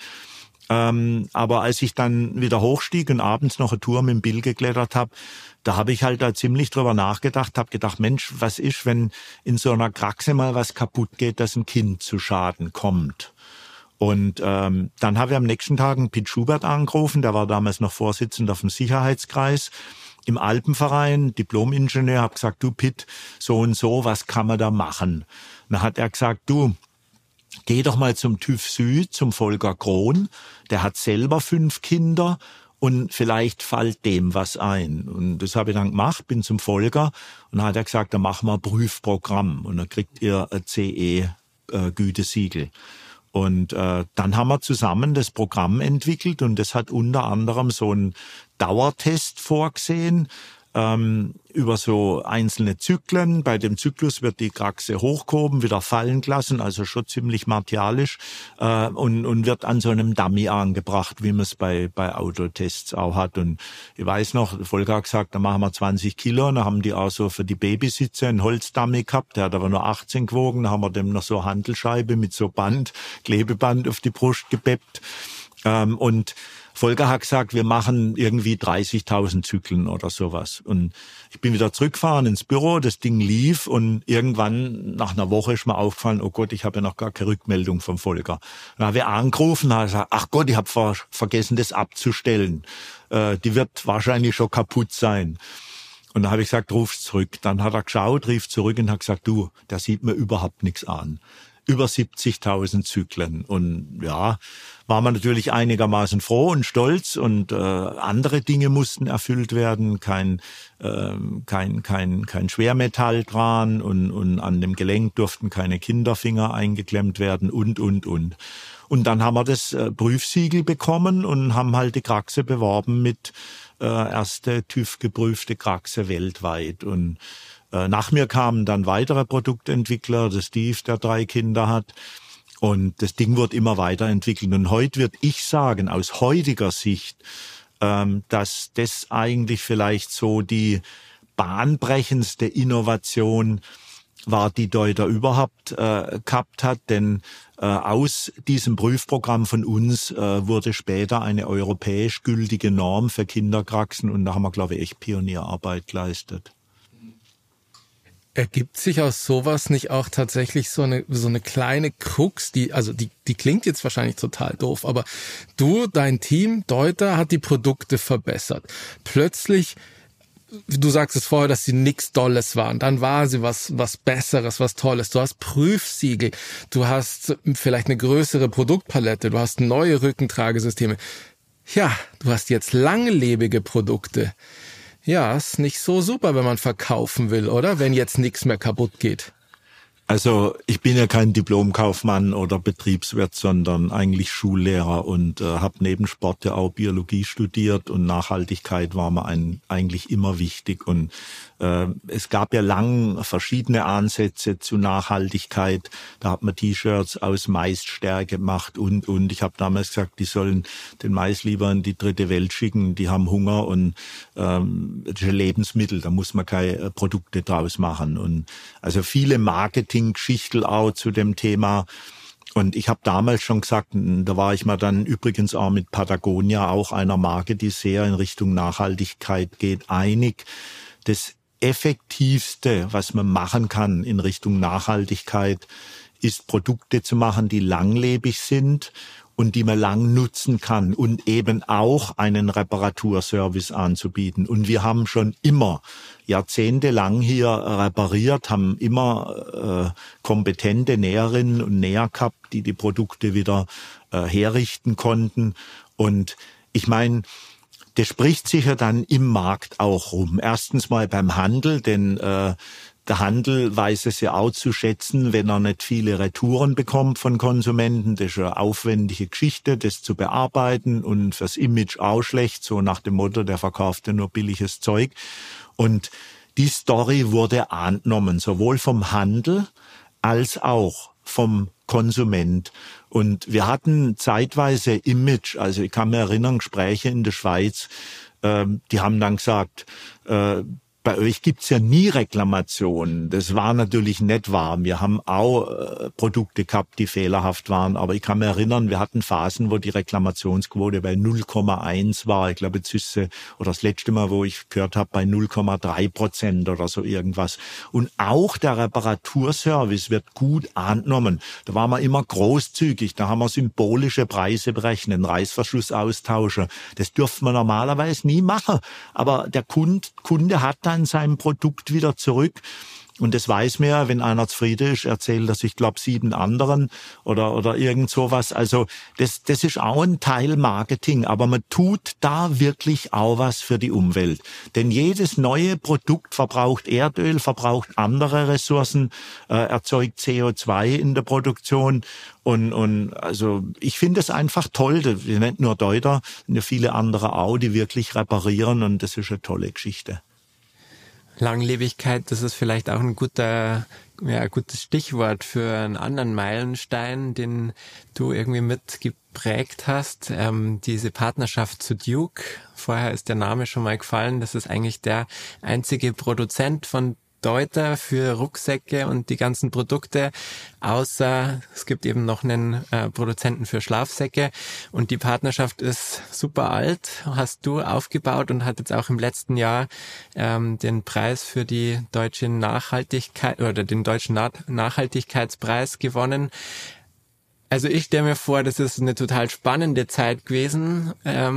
Aber als ich dann wieder hochstieg und abends noch eine Tour mit dem Bill geklettert habe, da habe ich halt da ziemlich drüber nachgedacht, habe gedacht, Mensch, was ist, wenn in so einer Kraxe mal was kaputt geht, dass ein Kind zu Schaden kommt? Und dann habe ich am nächsten Tag einen Pitt Schubert angerufen, der war damals noch Vorsitzender vom Sicherheitskreis im Alpenverein, Diplom-Ingenieur, habe gesagt, du Pitt, so und so, was kann man da machen? Dann hat er gesagt, du, geh doch mal zum TÜV Süd, zum Volker Krohn. Der hat selber 5 Kinder und vielleicht fällt dem was ein. Und das habe ich dann gemacht, bin zum Volker und dann hat er gesagt, dann machen wir ein Prüfprogramm und dann kriegt ihr ein CE-Gütesiegel. Und dann haben wir zusammen das Programm entwickelt und das hat unter anderem so einen Dauertest vorgesehen, über so einzelne Zyklen. Bei dem Zyklus wird die Kraxe hochgehoben, wieder fallen gelassen, also schon ziemlich martialisch, und wird an so einem Dummy angebracht, wie man es bei Autotests auch hat. Und ich weiß noch, Volker hat gesagt, da machen wir 20 Kilo, dann haben die auch so für die Babysitze einen Holzdummy gehabt, der hat aber nur 18 gewogen, dann haben wir dem noch so eine Hantelscheibe mit so Klebeband auf die Brust gebeppt. Und Volker hat gesagt, wir machen irgendwie 30.000 Zyklen oder sowas. Und ich bin wieder zurückgefahren ins Büro, das Ding lief und irgendwann nach einer Woche ist mir aufgefallen, oh Gott, ich habe ja noch gar keine Rückmeldung vom Volker. Dann habe ich angerufen und habe gesagt, ach Gott, ich habe vergessen, das abzustellen. Die wird wahrscheinlich schon kaputt sein. Und dann habe ich gesagt, ruf's zurück. Dann hat er geschaut, rief zurück und hat gesagt, du, da sieht mir überhaupt nichts an. Über 70.000 Zyklen. Und ja, war man natürlich einigermaßen froh und stolz und andere Dinge mussten erfüllt werden. Kein Schwermetall dran und an dem Gelenk durften keine Kinderfinger eingeklemmt werden und. Und dann haben wir das Prüfsiegel bekommen und haben halt die Kraxe beworben mit erste TÜV-geprüfte Kraxe weltweit. Und nach mir kamen dann weitere Produktentwickler, der Steve, der 3 Kinder hat. Und das Ding wird immer weiterentwickelt. Und heute würde ich sagen, aus heutiger Sicht, dass das eigentlich vielleicht so die bahnbrechendste Innovation war, die Deuter überhaupt gehabt hat. Denn aus diesem Prüfprogramm von uns wurde später eine europäisch gültige Norm für Kinderkraxen. Und da haben wir, glaube ich, echt Pionierarbeit geleistet. Ergibt sich aus sowas nicht auch tatsächlich so eine kleine Krux, die klingt jetzt wahrscheinlich total doof, aber dein Team, Deuter, hat die Produkte verbessert. Plötzlich, du sagst es vorher, dass sie nichts Dolles waren, dann war sie was Besseres, was Tolles. Du hast Prüfsiegel, du hast vielleicht eine größere Produktpalette, du hast neue Rückentragesysteme. Ja, du hast jetzt langlebige Produkte. Ja, ist nicht so super, wenn man verkaufen will, oder? Wenn jetzt nichts mehr kaputt geht. Also ich bin ja kein Diplomkaufmann oder Betriebswirt, sondern eigentlich Schullehrer und habe neben Sport ja auch Biologie studiert und Nachhaltigkeit war mir eigentlich immer wichtig. Und es gab ja lang verschiedene Ansätze zu Nachhaltigkeit. Da hat man T-Shirts aus Maisstärke gemacht und. Ich habe damals gesagt, die sollen den Mais lieber in die dritte Welt schicken. Die haben Hunger und das ist ein Lebensmittel, da muss man keine Produkte draus machen. Und also viele Marketinggeschichten auch zu dem Thema. Und ich habe damals schon gesagt, da war ich mal dann übrigens auch mit Patagonia, auch einer Marke, die sehr in Richtung Nachhaltigkeit geht, einig. Das Effektivste, was man machen kann in Richtung Nachhaltigkeit, ist Produkte zu machen, die langlebig sind und die man lang nutzen kann und eben auch einen Reparaturservice anzubieten. Und wir haben schon immer jahrzehntelang hier repariert, haben immer kompetente Näherinnen und Näher gehabt, die Produkte wieder herrichten konnten. Und ich meine, das spricht sich ja dann im Markt auch rum. Erstens mal beim Handel, denn der Handel weiß es ja auch zu schätzen, wenn er nicht viele Retouren bekommt von Konsumenten. Das ist eine aufwendige Geschichte, das zu bearbeiten und fürs Image auch schlecht, so nach dem Motto, der verkauft ja nur billiges Zeug. Und die Story wurde angenommen, sowohl vom Handel als auch vom Konsument. Und wir hatten zeitweise Image, also ich kann mich erinnern, Gespräche in der Schweiz, die haben dann gesagt, bei euch gibt's ja nie Reklamationen. Das war natürlich nicht wahr. Wir haben auch Produkte gehabt, die fehlerhaft waren. Aber ich kann mich erinnern, wir hatten Phasen, wo die Reklamationsquote bei 0,1 war. Ich glaube, jetzt ist sie, oder das letzte Mal, wo ich gehört habe, bei 0,3% oder so irgendwas. Und auch der Reparaturservice wird gut angenommen. Da waren wir immer großzügig. Da haben wir symbolische Preise berechnet, einen Reißverschluss austauschen. Das dürfte man normalerweise nie machen. Aber der Kunde hat dann sein Produkt wieder zurück. Und das weiß man ja, wenn einer zufrieden ist, erzählt er sich, glaube 7 anderen oder irgend sowas. Also das ist auch ein Teil Marketing, aber man tut da wirklich auch was für die Umwelt. Denn jedes neue Produkt verbraucht Erdöl, verbraucht andere Ressourcen, erzeugt CO2 in der Produktion. Und also ich finde es einfach toll, nicht nur Deuter, sondern viele andere auch, die wirklich reparieren und das ist eine tolle Geschichte. Langlebigkeit, das ist vielleicht auch ein gutes Stichwort für einen anderen Meilenstein, den du irgendwie mitgeprägt hast. Diese Partnerschaft zu Duke. Vorher ist der Name schon mal gefallen. Das ist eigentlich der einzige Produzent von Deuter für Rucksäcke und die ganzen Produkte, außer es gibt eben noch einen Produzenten für Schlafsäcke und die Partnerschaft ist super alt, hast du aufgebaut und hat jetzt auch im letzten Jahr den Preis für die deutsche Nachhaltigkeit oder den deutschen Nachhaltigkeitspreis gewonnen. Also ich stelle mir vor, das ist eine total spannende Zeit gewesen,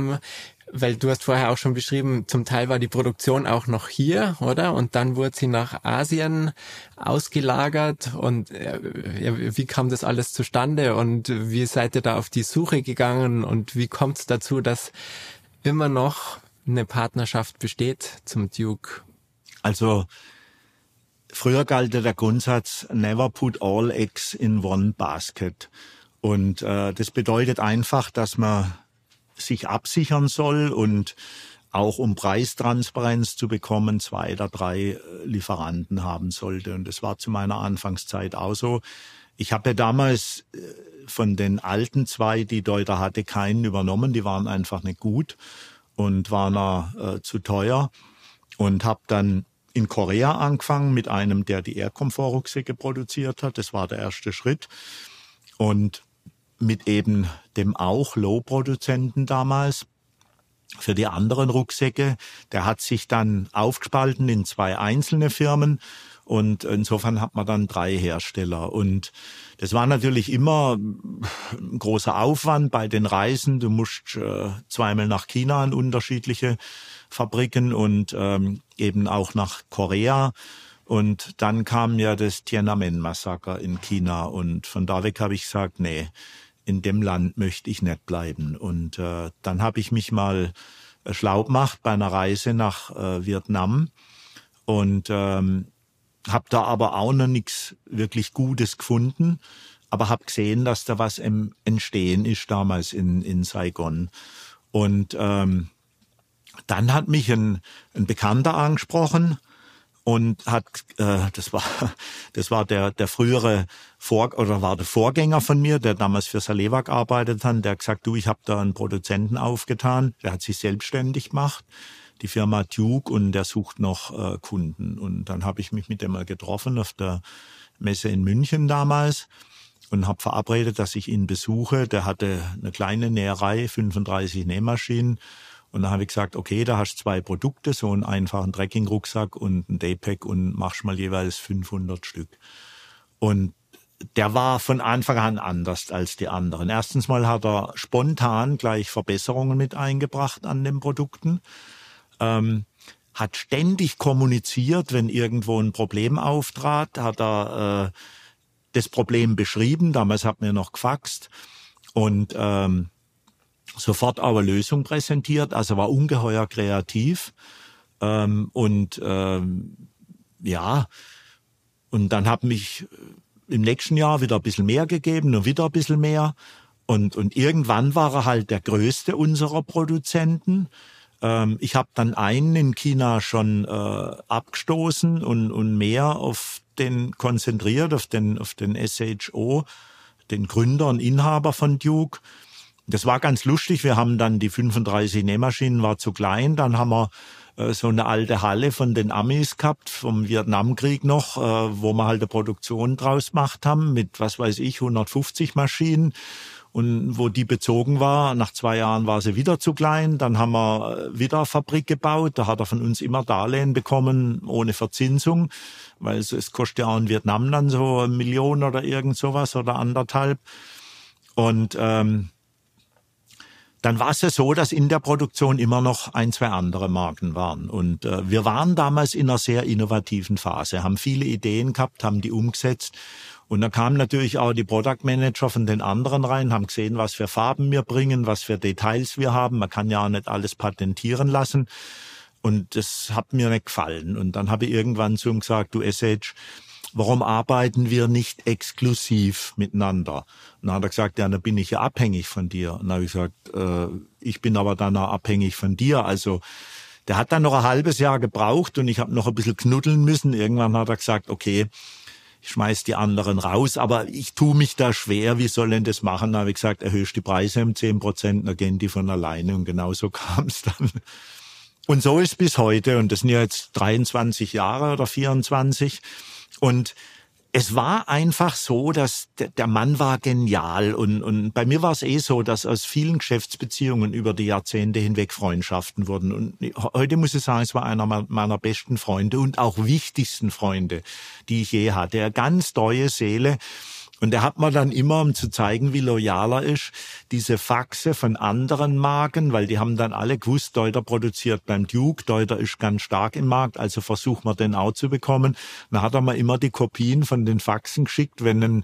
weil du hast vorher auch schon beschrieben, zum Teil war die Produktion auch noch hier, oder? Und dann wurde sie nach Asien ausgelagert und wie kam das alles zustande und wie seid ihr da auf die Suche gegangen und wie kommt es dazu, dass immer noch eine Partnerschaft besteht zum Duke? Also früher galt der Grundsatz, never put all eggs in one basket. Und das bedeutet einfach, dass man sich absichern soll und auch um Preistransparenz zu bekommen, 2 oder 3 Lieferanten haben sollte. Und das war zu meiner Anfangszeit auch so. Ich habe ja damals von den alten 2, die Deuter hatte, keinen übernommen. Die waren einfach nicht gut und waren zu teuer. Und habe dann in Korea angefangen mit einem, der die Air-Komfort-Rucksäcke produziert hat. Das war der erste Schritt. Und mit eben dem auch Low-Produzenten damals für die anderen Rucksäcke. Der hat sich dann aufgespalten in 2 einzelne Firmen Und insofern hat man dann 3 Hersteller. Und das war natürlich immer ein großer Aufwand bei den Reisen. Du musst zweimal nach China in unterschiedliche Fabriken und eben auch nach Korea. Und dann kam ja das Tiananmen-Massaker in China. Und von da weg habe ich gesagt, nee, in dem Land möchte ich nicht bleiben. Und dann habe ich mich mal schlau gemacht bei einer Reise nach Vietnam und habe da aber auch noch nichts wirklich Gutes gefunden, aber habe gesehen, dass da was im Entstehen ist damals in Saigon. Und dann hat mich ein Bekannter angesprochen und hat das war der frühere war der Vorgänger von mir, der damals für Salewa gearbeitet hat, der hat gesagt, du, ich habe da einen Produzenten aufgetan, der hat sich selbstständig gemacht, die Firma Duke, und der sucht noch Kunden. Und dann habe ich mich mit dem mal getroffen auf der Messe in München damals und habe verabredet, dass ich ihn besuche. Der hatte eine kleine Näherei, 35 Nähmaschinen. Und dann habe ich gesagt, okay, da hast du 2 Produkte, so einen einfachen Trekking-Rucksack und ein Daypack und machst mal jeweils 500 Stück. Und der war von Anfang an anders als die anderen. Erstens mal hat er spontan gleich Verbesserungen mit eingebracht an den Produkten, hat ständig kommuniziert, wenn irgendwo ein Problem auftrat, hat er das Problem beschrieben, damals hat mir noch gefaxt und sofort auch eine Lösung präsentiert, also war ungeheuer kreativ und dann hat mich im nächsten Jahr wieder ein bisschen mehr gegeben und wieder ein bisschen mehr und irgendwann war er halt der größte unserer Produzenten. Ich habe dann einen in China schon abgestoßen und mehr auf den konzentriert, auf den SHO, den Gründer und Inhaber von Duke. Das war ganz lustig. Wir haben dann die 35 Nähmaschinen, war zu klein. Dann haben wir so eine alte Halle von den Amis gehabt, vom Vietnamkrieg noch, wo wir halt eine Produktion draus gemacht haben mit, 150 Maschinen. Und wo die bezogen war, nach 2 Jahren war sie wieder zu klein. Dann haben wir wieder eine Fabrik gebaut. Da hat er von uns immer Darlehen bekommen, ohne Verzinsung. Weil es kostet ja auch in Vietnam dann so 1 Million oder irgend sowas oder 1,5. Und dann war es ja so, dass in der Produktion immer noch 1, 2 andere Marken waren. Und wir waren damals in einer sehr innovativen Phase, haben viele Ideen gehabt, haben die umgesetzt. Und da kamen natürlich auch die Product Manager von den anderen rein, haben gesehen, was für Farben wir bringen, was für Details wir haben. Man kann ja auch nicht alles patentieren lassen. Und das hat mir nicht gefallen. Und dann habe ich irgendwann zu ihm gesagt, du SH, warum arbeiten wir nicht exklusiv miteinander? Und dann hat er gesagt, ja, dann bin ich ja abhängig von dir. Und dann habe ich gesagt, ich bin aber dann auch abhängig von dir. Also der hat dann noch ein halbes Jahr gebraucht und ich habe noch ein bisschen knuddeln müssen. Irgendwann hat er gesagt, okay, ich schmeiß die anderen raus, aber ich tue mich da schwer, wie soll denn das machen? Da habe ich gesagt, erhöhst die Preise um 10%, dann gehen die von alleine und genau so kam es dann. Und so ist es bis heute und das sind ja jetzt 23 Jahre oder 24 und es war einfach so, dass der Mann war genial und bei mir war es so, dass aus vielen Geschäftsbeziehungen über die Jahrzehnte hinweg Freundschaften wurden und heute muss ich sagen, es war einer meiner besten Freunde und auch wichtigsten Freunde, die ich je hatte. Eine ganz treue Seele. Und er hat mir dann immer, um zu zeigen, wie loyal er ist, diese Faxe von anderen Marken, weil die haben dann alle gewusst, Deuter produziert beim Duke, Deuter ist ganz stark im Markt, also versuchen wir den auch zu bekommen. Dann hat er mir immer die Kopien von den Faxen geschickt, wenn ein,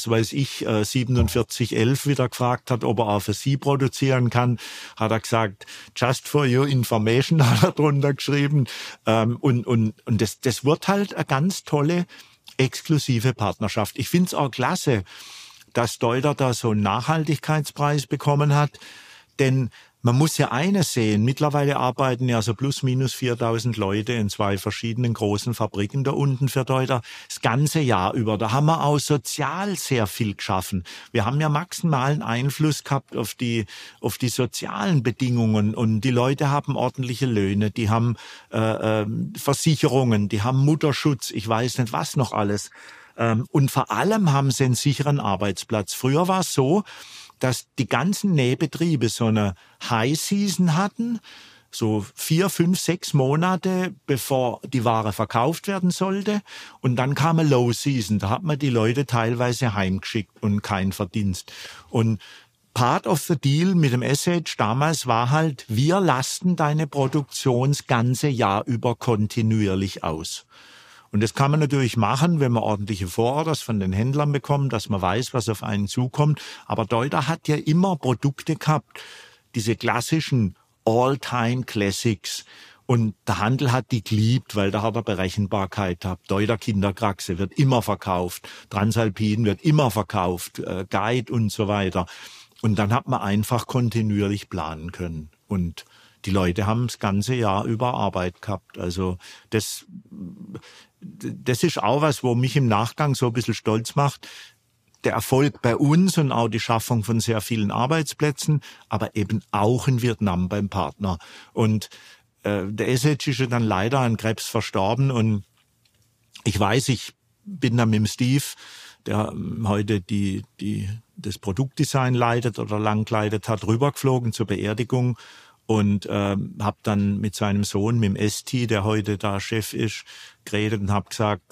4711 wieder gefragt hat, ob er auch für sie produzieren kann, hat er gesagt, just for your information, hat er drunter geschrieben. Und das wird halt eine ganz tolle exklusive Partnerschaft. Ich finde es auch klasse, dass Deuter da so einen Nachhaltigkeitspreis bekommen hat, denn man muss ja eines sehen, mittlerweile arbeiten ja so plus minus 4.000 Leute in 2 verschiedenen großen Fabriken da unten für Deuter, das ganze Jahr über. Da haben wir auch sozial sehr viel geschaffen. Wir haben ja maximalen Einfluss gehabt auf die sozialen Bedingungen und die Leute haben ordentliche Löhne, die haben Versicherungen, die haben Mutterschutz, ich weiß nicht was noch alles. Und vor allem haben sie einen sicheren Arbeitsplatz. Früher war es so, dass die ganzen Nähbetriebe so eine High Season hatten, so 4, 5, 6 Monate, bevor die Ware verkauft werden sollte. Und dann kam eine Low Season. Da hat man die Leute teilweise heimgeschickt und kein Verdienst. Und Part of the Deal mit dem SH damals war halt, wir lasten deine Produktion das ganze Jahr über kontinuierlich aus. Und das kann man natürlich machen, wenn man ordentliche Vororders von den Händlern bekommt, dass man weiß, was auf einen zukommt. Aber Deuter hat ja immer Produkte gehabt, diese klassischen All-Time-Classics. Und der Handel hat die geliebt, weil da hat er Berechenbarkeit gehabt. Deuter Kinderkraxe wird immer verkauft, Transalpin wird immer verkauft, Guide und so weiter. Und dann hat man einfach kontinuierlich planen können. Und die Leute haben das ganze Jahr über Arbeit gehabt. Also das ist auch was, wo mich im Nachgang so ein bisschen stolz macht. Der Erfolg bei uns und auch die Schaffung von sehr vielen Arbeitsplätzen, aber eben auch in Vietnam beim Partner. Und der SH ist ja dann leider an Krebs verstorben. Und ich weiß, ich bin dann mit dem Steve, der heute das Produktdesign leitet oder lang geleitet hat, rübergeflogen zur Beerdigung. Und habe dann mit seinem Sohn, mit dem ST, der heute da Chef ist, geredet und habe gesagt,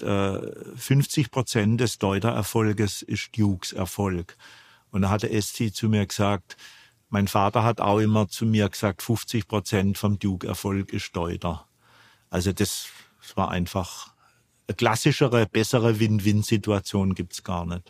50% des Deuter-Erfolges ist Dukes Erfolg. Und da hat der ST zu mir gesagt, mein Vater hat auch immer zu mir gesagt, 50% vom Duke-Erfolg ist Deuter. Also das war einfach eine klassischere, bessere Win-Win-Situation gibt's gar nicht.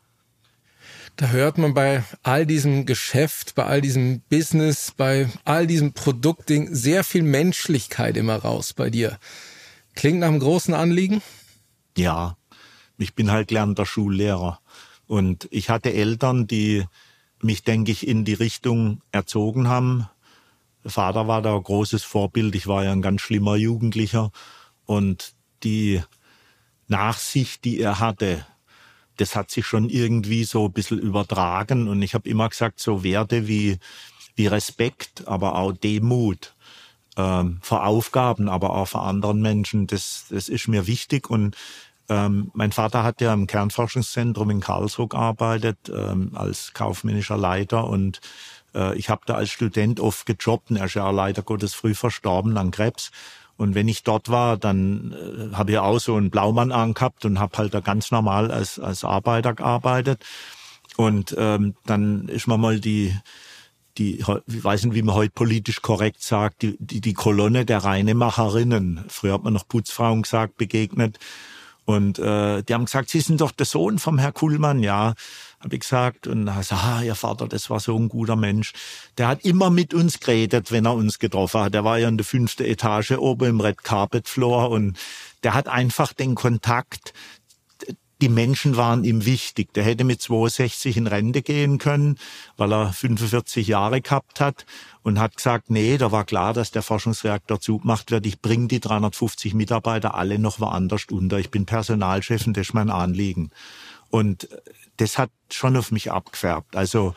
Da hört man bei all diesem Geschäft, bei all diesem Business, bei all diesem Produktding sehr viel Menschlichkeit immer raus bei dir. Klingt nach einem großen Anliegen? Ja, ich bin halt gelernter Schullehrer. Und ich hatte Eltern, die mich, denke ich, in die Richtung erzogen haben. Der Vater war da ein großes Vorbild. Ich war ja ein ganz schlimmer Jugendlicher. Und die Nachsicht, die er hatte, das hat sich schon irgendwie so ein bisschen übertragen. Und ich habe immer gesagt, so Werte wie Respekt, aber auch Demut vor Aufgaben, aber auch vor anderen Menschen, das ist mir wichtig. Und mein Vater hat ja im Kernforschungszentrum in Karlsruhe gearbeitet, als kaufmännischer Leiter. Und ich habe da als Student oft gejobbt. Und er ist ja leider Gottes früh verstorben an Krebs. Und wenn ich dort war, dann habe ich auch so einen Blaumann angehabt und habe halt da ganz normal als Arbeiter gearbeitet. Und dann ist man mal die, ich weiß nicht, wie man heute politisch korrekt sagt, die Kolonne der Reinemacherinnen, früher hat man noch Putzfrauen gesagt, begegnet. Und die haben gesagt, Sie sind doch der Sohn vom Herr Kuhlmann. Ja, habe ich gesagt. Und dann gesagt, Ihr Vater, das war so ein guter Mensch. Der hat immer mit uns geredet, wenn er uns getroffen hat. Der war ja in der 5. Etage oben im Red Carpet Floor. Und der hat einfach den Kontakt, die Menschen waren ihm wichtig. Der hätte mit 62 in Rente gehen können, weil er 45 Jahre gehabt hat. Und hat gesagt, nee, da war klar, dass der Forschungsreaktor zugemacht wird. Ich bringe die 350 Mitarbeiter alle noch woanders unter. Ich bin Personalchef und das ist mein Anliegen. Und das hat schon auf mich abgefärbt. Also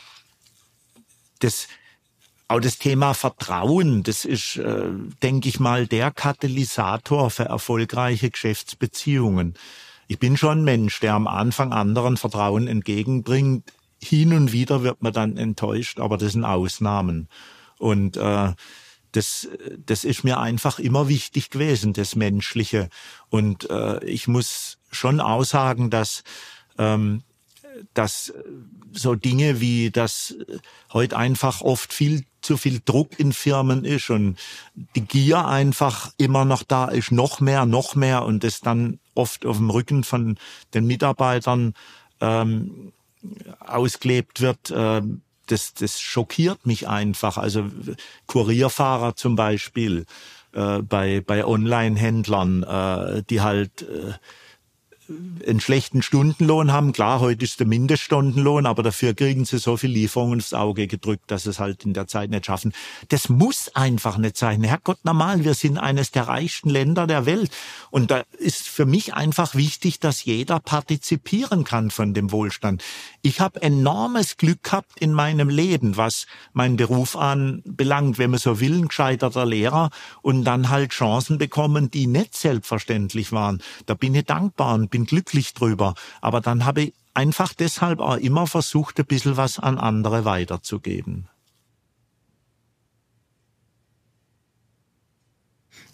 auch das Thema Vertrauen, das ist, denke ich mal, der Katalysator für erfolgreiche Geschäftsbeziehungen. Ich bin schon ein Mensch, der am Anfang anderen Vertrauen entgegenbringt. Hin und wieder wird man dann enttäuscht, aber das sind Ausnahmen. Und das ist mir einfach immer wichtig gewesen, das Menschliche. Und ich muss schon auch sagen, dass so Dinge wie, dass heute einfach oft viel zu viel Druck in Firmen ist und die Gier einfach immer noch da ist, noch mehr und das dann oft auf dem Rücken von den Mitarbeitern ausgelebt wird, das schockiert mich einfach. Also Kurierfahrer zum Beispiel bei Online-Händlern, die halt einen schlechten Stundenlohn haben. Klar, heute ist der Mindeststundenlohn, aber dafür kriegen sie so viel Lieferungen aufs Auge gedrückt, dass sie es halt in der Zeit nicht schaffen. Das muss einfach nicht sein. Herrgott, normal, wir sind eines der reichsten Länder der Welt. Und da ist für mich einfach wichtig, dass jeder partizipieren kann von dem Wohlstand. Ich habe enormes Glück gehabt in meinem Leben, was meinen Beruf anbelangt, wenn man so will, ein gescheiterter Lehrer und dann halt Chancen bekommen, die nicht selbstverständlich waren. Da bin ich dankbar und bin glücklich drüber. Aber dann habe ich einfach deshalb auch immer versucht, ein bisschen was an andere weiterzugeben.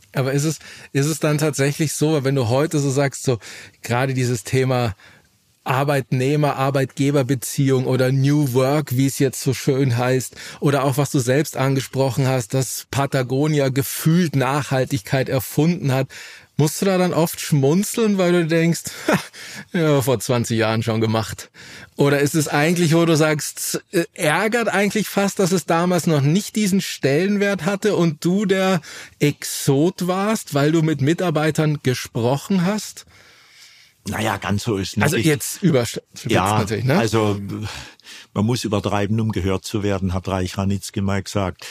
Aber ist es dann tatsächlich so, wenn du heute so sagst, so gerade dieses Thema Arbeitnehmer-Arbeitgeber-Beziehung oder New Work, wie es jetzt so schön heißt, oder auch was du selbst angesprochen hast, dass Patagonia gefühlt Nachhaltigkeit erfunden hat, musst du da dann oft schmunzeln, weil du denkst, ja, vor 20 Jahren schon gemacht? Oder ist es eigentlich, wo du sagst, ärgert eigentlich fast, dass es damals noch nicht diesen Stellenwert hatte und du der Exot warst, weil du mit Mitarbeitern gesprochen hast? Naja, ganz so ist nicht. Also jetzt überspitzt natürlich, ne? Also man muss übertreiben, um gehört zu werden, hat Reich Ranitzky mal gesagt.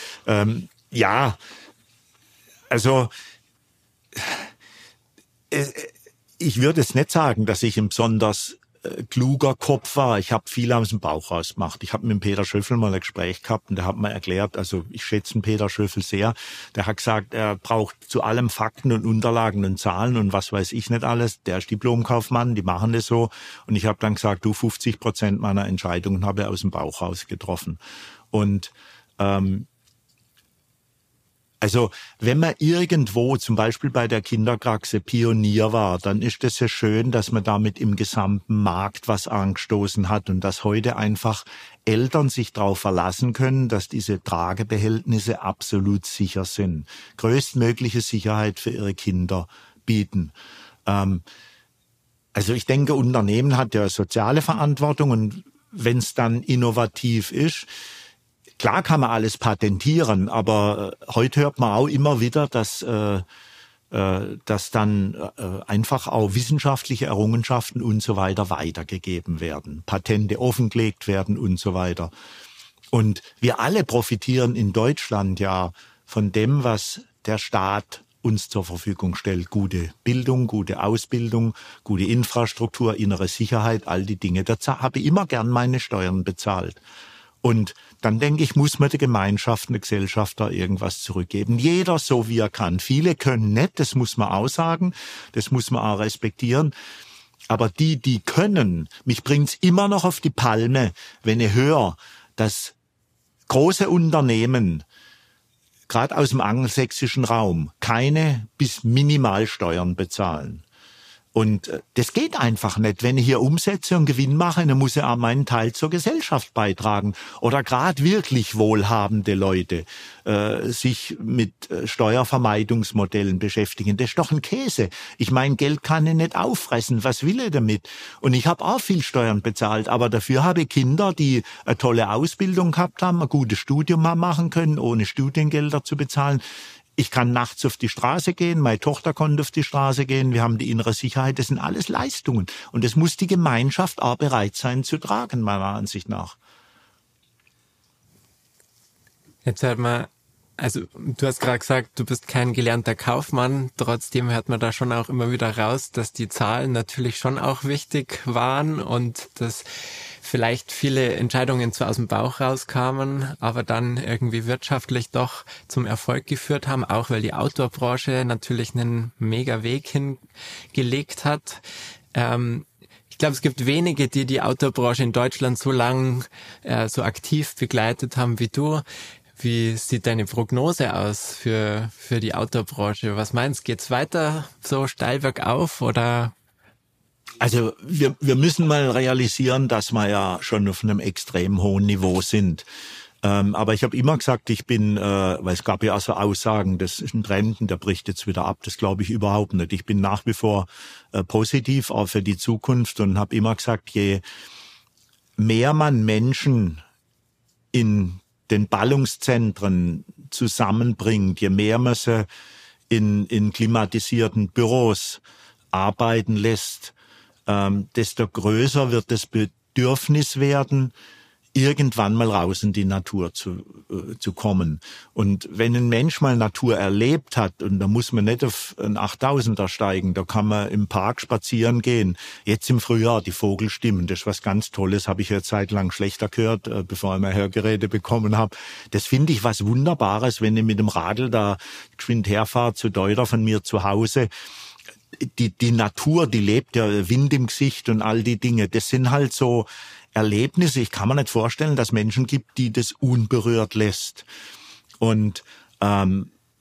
Ich würde es nicht sagen, dass ich ein besonders kluger Kopf war. Ich habe viel aus dem Bauch raus gemacht. Ich habe mit dem Peter Schöffel mal ein Gespräch gehabt und der hat mir erklärt, also ich schätze den Peter Schöffel sehr, der hat gesagt, er braucht zu allem Fakten und Unterlagen und Zahlen und was weiß ich nicht alles. Der ist Diplomkaufmann, die machen das so. Und ich habe dann gesagt, 50% meiner Entscheidungen habe ich aus dem Bauch raus getroffen. Und also wenn man irgendwo, zum Beispiel bei der Kinderkraxe, Pionier war, dann ist es ja schön, dass man damit im gesamten Markt was angestoßen hat und dass heute einfach Eltern sich darauf verlassen können, dass diese Tragebehältnisse absolut sicher sind, größtmögliche Sicherheit für ihre Kinder bieten. Also ich denke, Unternehmen hat ja soziale Verantwortung und wenn es dann innovativ ist, klar kann man alles patentieren, aber heute hört man auch immer wieder, dass dann einfach auch wissenschaftliche Errungenschaften und so weiter weitergegeben werden, Patente offengelegt werden und so weiter. Und wir alle profitieren in Deutschland ja von dem, was der Staat uns zur Verfügung stellt. Gute Bildung, gute Ausbildung, gute Infrastruktur, innere Sicherheit, all die Dinge. Dazu habe ich immer gern meine Steuern bezahlt. Und dann denke ich, muss man der Gemeinschaft, der Gesellschaft da irgendwas zurückgeben. Jeder so, wie er kann. Viele können nicht, das muss man auch sagen, das muss man auch respektieren. Aber die können, mich bringt's immer noch auf die Palme, wenn ich höre, dass große Unternehmen, gerade aus dem angelsächsischen Raum, keine bis Minimalsteuern bezahlen. Und das geht einfach nicht. Wenn ich hier Umsätze und Gewinn mache, dann muss ich auch meinen Teil zur Gesellschaft beitragen. Oder gerade wirklich wohlhabende Leute sich mit Steuervermeidungsmodellen beschäftigen. Das ist doch ein Käse. Ich meine, Geld kann ich nicht auffressen. Was will ich damit? Und ich habe auch viel Steuern bezahlt, aber dafür habe ich Kinder, die eine tolle Ausbildung gehabt haben, ein gutes Studium haben machen können, ohne Studiengelder zu bezahlen. Ich kann nachts auf die Straße gehen, meine Tochter konnte auf die Straße gehen, wir haben die innere Sicherheit, das sind alles Leistungen. Und das muss die Gemeinschaft auch bereit sein zu tragen, meiner Ansicht nach. Jetzt hört man, also du hast gerade gesagt, du bist kein gelernter Kaufmann, trotzdem hört man da schon auch immer wieder raus, dass die Zahlen natürlich schon auch wichtig waren und dass vielleicht viele Entscheidungen zwar aus dem Bauch rauskamen, aber dann irgendwie wirtschaftlich doch zum Erfolg geführt haben, auch weil die Outdoor-Branche natürlich einen mega Weg hingelegt hat. Ich glaube, es gibt wenige, die die Outdoor-Branche in Deutschland so lang so aktiv begleitet haben wie du. Wie sieht deine Prognose aus für die Outdoor-Branche? Was meinst du, geht's weiter so steil bergauf oder? Also wir müssen mal realisieren, dass wir ja schon auf einem extrem hohen Niveau sind. Aber ich habe immer gesagt, ich bin, weil es gab ja auch so Aussagen, das ist ein Trend und der bricht jetzt wieder ab, das glaube ich überhaupt nicht. Ich bin nach wie vor positiv, auch für die Zukunft und habe immer gesagt, je mehr man Menschen in den Ballungszentren zusammenbringt, je mehr man sie in klimatisierten Büros arbeiten lässt, desto größer wird das Bedürfnis werden, irgendwann mal raus in die Natur zu kommen. Und wenn ein Mensch mal Natur erlebt hat, und da muss man nicht auf einen 8000er steigen, da kann man im Park spazieren gehen. Jetzt im Frühjahr, die Vogelstimmen, das ist was ganz Tolles, habe ich ja zeitlang schlechter gehört, bevor ich mal Hörgeräte bekommen habe. Das finde ich was Wunderbares, wenn ich mit dem Radl da geschwind herfahre zu Deuter von mir zu Hause. Die Natur, die lebt ja, Wind im Gesicht und all die Dinge, das sind halt so Erlebnisse. Ich kann mir nicht vorstellen, dass es Menschen gibt, die das unberührt lässt. Und von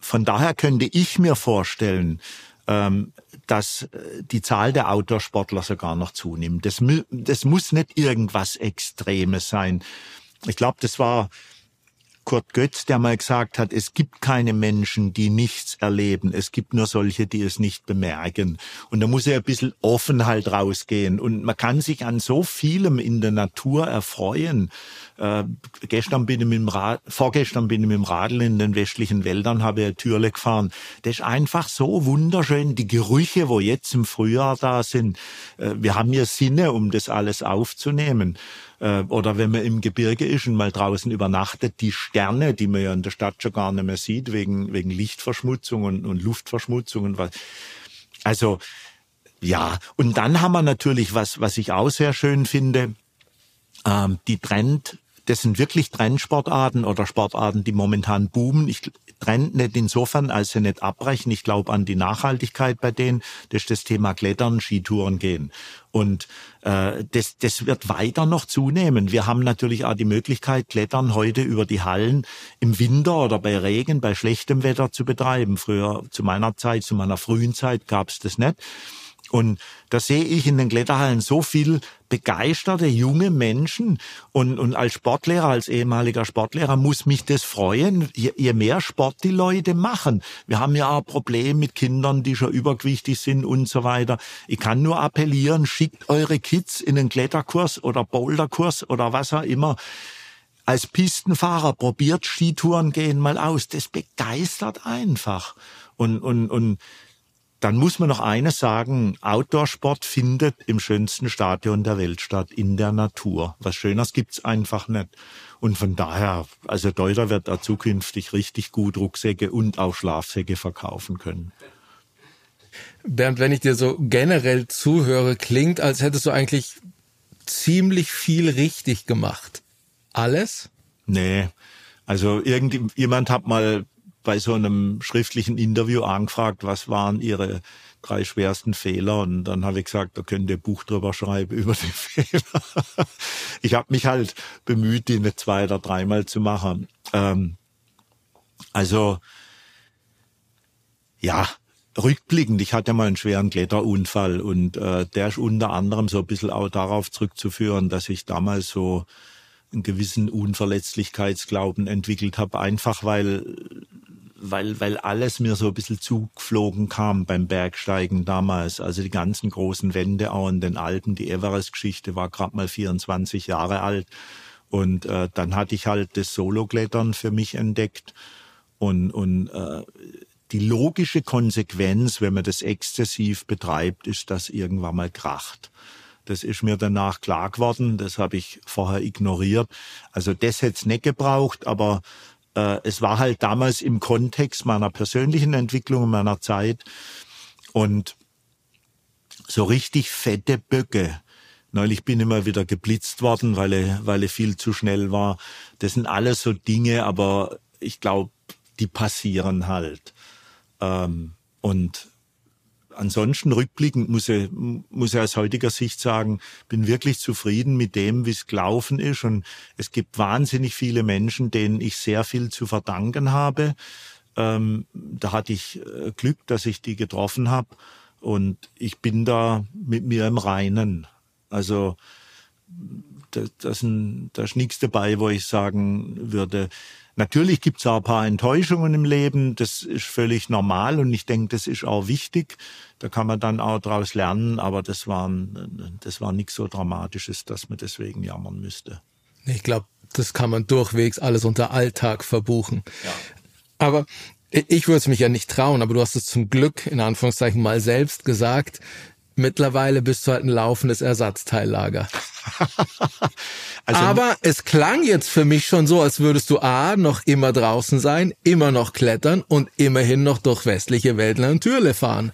von daher könnte ich mir vorstellen, dass die Zahl der Outdoor-Sportler sogar noch zunimmt. Das muss nicht irgendwas Extremes sein. Ich glaube, das war Kurt Götz, der mal gesagt hat, es gibt keine Menschen, die nichts erleben. Es gibt nur solche, die es nicht bemerken. Und da muss ja ein bisschen offen halt rausgehen. Und man kann sich an so vielem in der Natur erfreuen. Vorgestern bin ich mit dem Radl in den westlichen Wäldern, habe eine Türle gefahren. Das ist einfach so wunderschön. Die Gerüche, wo jetzt im Frühjahr da sind. Wir haben ja Sinne, um das alles aufzunehmen. Oder wenn man im Gebirge ist und mal draußen übernachtet, die Sterne, die man ja in der Stadt schon gar nicht mehr sieht, wegen Lichtverschmutzung und Luftverschmutzung und was. Also, ja. Und dann haben wir natürlich was ich auch sehr schön finde, das sind wirklich Trendsportarten oder Sportarten, die momentan boomen. Ich Trend nicht insofern, als sie nicht abbrechen. Ich glaube an die Nachhaltigkeit bei denen. Das ist das Thema Klettern, Skitouren gehen. Und das wird weiter noch zunehmen. Wir haben natürlich auch die Möglichkeit, Klettern heute über die Hallen im Winter oder bei Regen, bei schlechtem Wetter zu betreiben. Früher, zu meiner frühen Zeit, gab es das nicht. Und da sehe ich in den Kletterhallen so viel begeisterte junge Menschen und als Sportlehrer, als ehemaliger Sportlehrer muss mich das freuen, je mehr Sport die Leute machen. Wir haben ja auch Probleme mit Kindern, die schon übergewichtig sind und so weiter. Ich kann nur appellieren, schickt eure Kids in einen Kletterkurs oder Boulderkurs oder was auch immer. Als Pistenfahrer probiert Skitouren gehen mal aus. Das begeistert einfach. Und dann muss man noch eines sagen, Outdoor-Sport findet im schönsten Stadion der Welt statt, in der Natur. Was Schöneres gibt's einfach nicht. Und von daher, also Deuter wird da zukünftig richtig gut Rucksäcke und auch Schlafsäcke verkaufen können. Bernd, wenn ich dir so generell zuhöre, klingt, als hättest du eigentlich ziemlich viel richtig gemacht. Alles? Nee, also jemand hat mal bei so einem schriftlichen Interview angefragt, was waren Ihre 3 schwersten Fehler? Und dann habe ich gesagt, da könnt ihr ein Buch drüber schreiben über die Fehler. Ich habe mich halt bemüht, die nicht 2 oder 3 Mal zu machen. Also, ja, rückblickend, ich hatte mal einen schweren Kletterunfall und der ist unter anderem so ein bisschen auch darauf zurückzuführen, dass ich damals so einen gewissen Unverletzlichkeitsglauben entwickelt habe, einfach weil alles mir so ein bisschen zugeflogen kam beim Bergsteigen damals. Also die ganzen großen Wände auch in den Alpen, die Everest-Geschichte war gerade mal 24 Jahre alt. Und dann hatte ich halt das Soloklettern für mich entdeckt. Und die logische Konsequenz, wenn man das exzessiv betreibt, ist, dass irgendwann mal kracht. Das ist mir danach klar geworden, das habe ich vorher ignoriert. Also das hätte es nicht gebraucht, aber es war halt damals im Kontext meiner persönlichen Entwicklung, meiner Zeit. Und so richtig fette Böcke. Neulich bin ich mal wieder geblitzt worden, weil ich viel zu schnell war. Das sind alles so Dinge, aber ich glaube, die passieren halt. Und ansonsten rückblickend muss ich aus heutiger Sicht sagen, bin wirklich zufrieden mit dem, wie es gelaufen ist. Und es gibt wahnsinnig viele Menschen, denen ich sehr viel zu verdanken habe. Da hatte ich Glück, dass ich die getroffen habe. Und ich bin da mit mir im Reinen. Also da ist nichts dabei, wo ich sagen würde, natürlich gibt's auch ein paar Enttäuschungen im Leben, das ist völlig normal und ich denke, das ist auch wichtig. Da kann man dann auch daraus lernen, aber das war nichts so Dramatisches, dass man deswegen jammern müsste. Ich glaube, das kann man durchwegs alles unter Alltag verbuchen. Ja. Aber ich würde es mich ja nicht trauen, aber du hast es zum Glück in Anführungszeichen mal selbst gesagt. Mittlerweile bist du halt ein laufendes Ersatzteillager. Also, aber es klang jetzt für mich schon so, als würdest du noch immer draußen sein, immer noch klettern und immerhin noch durch westliche Wäldler und Thürle fahren.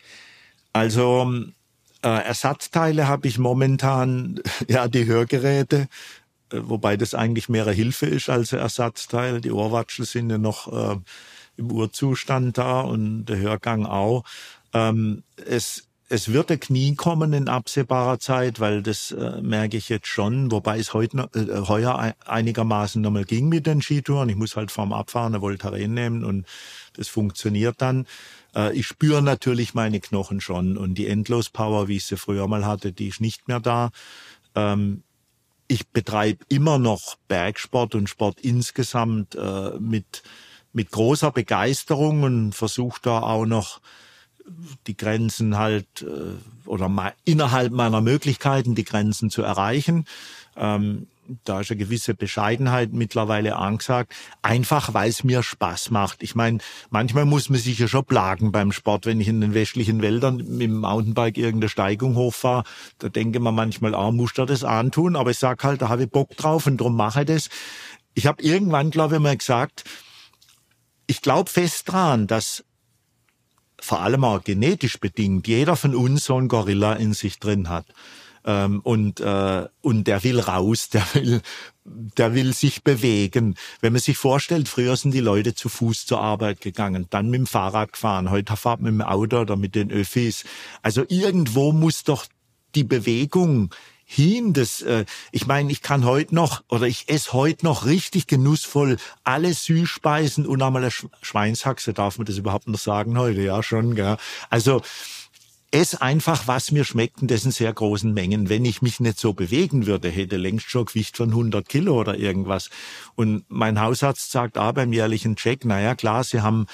Also Ersatzteile habe ich momentan, ja, die Hörgeräte, wobei das eigentlich mehr eine Hilfe ist als ein Ersatzteil. Die Ohrwatschel sind ja noch im Urzustand da und der Hörgang auch. es wird ein Knie kommen in absehbarer Zeit, weil das merke ich jetzt schon, wobei es heuer einigermaßen nochmal ging mit den Skitouren. Ich muss halt vorm Abfahren eine Voltaren nehmen und das funktioniert dann. Ich spüre natürlich meine Knochen schon und die Endlospower, wie ich sie früher mal hatte, die ist nicht mehr da. Ich betreibe immer noch Bergsport und Sport insgesamt mit großer Begeisterung und versuche da auch noch die Grenzen halt oder innerhalb meiner Möglichkeiten die Grenzen zu erreichen. Da ist eine gewisse Bescheidenheit mittlerweile angesagt, einfach weil es mir Spaß macht. Ich meine, manchmal muss man sich ja schon plagen beim Sport, wenn ich in den westlichen Wäldern mit dem Mountainbike irgendeine Steigung hochfahre, da denke man manchmal, muss ich das antun, aber ich sag halt, da habe ich Bock drauf und darum mache ich das. Ich habe irgendwann, glaube ich, mal gesagt, ich glaube fest dran, dass vor allem auch genetisch bedingt jeder von uns so einen Gorilla in sich drin hat. Und der will raus, der will sich bewegen. Wenn man sich vorstellt, früher sind die Leute zu Fuß zur Arbeit gegangen, dann mit dem Fahrrad gefahren, heute fahrt man mit dem Auto oder mit den Öffis. Also irgendwo muss doch die Bewegung hin. Ich meine, ich kann heute noch oder ich esse heute noch richtig genussvoll alle Süßspeisen und einmal eine Schweinshaxe, darf man das überhaupt noch sagen heute? Ja, schon, gell? Also ess einfach, was mir schmeckt, und das in sehr großen Mengen. Wenn ich mich nicht so bewegen würde, hätte längst schon Gewicht von 100 Kilo oder irgendwas. Und mein Hausarzt sagt beim jährlichen Check, naja, klar, Sie haben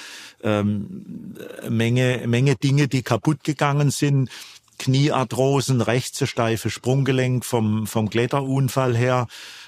Menge Dinge, die kaputt gegangen sind. Kniearthrosen, rechts ein steifes Sprunggelenk vom Kletterunfall her,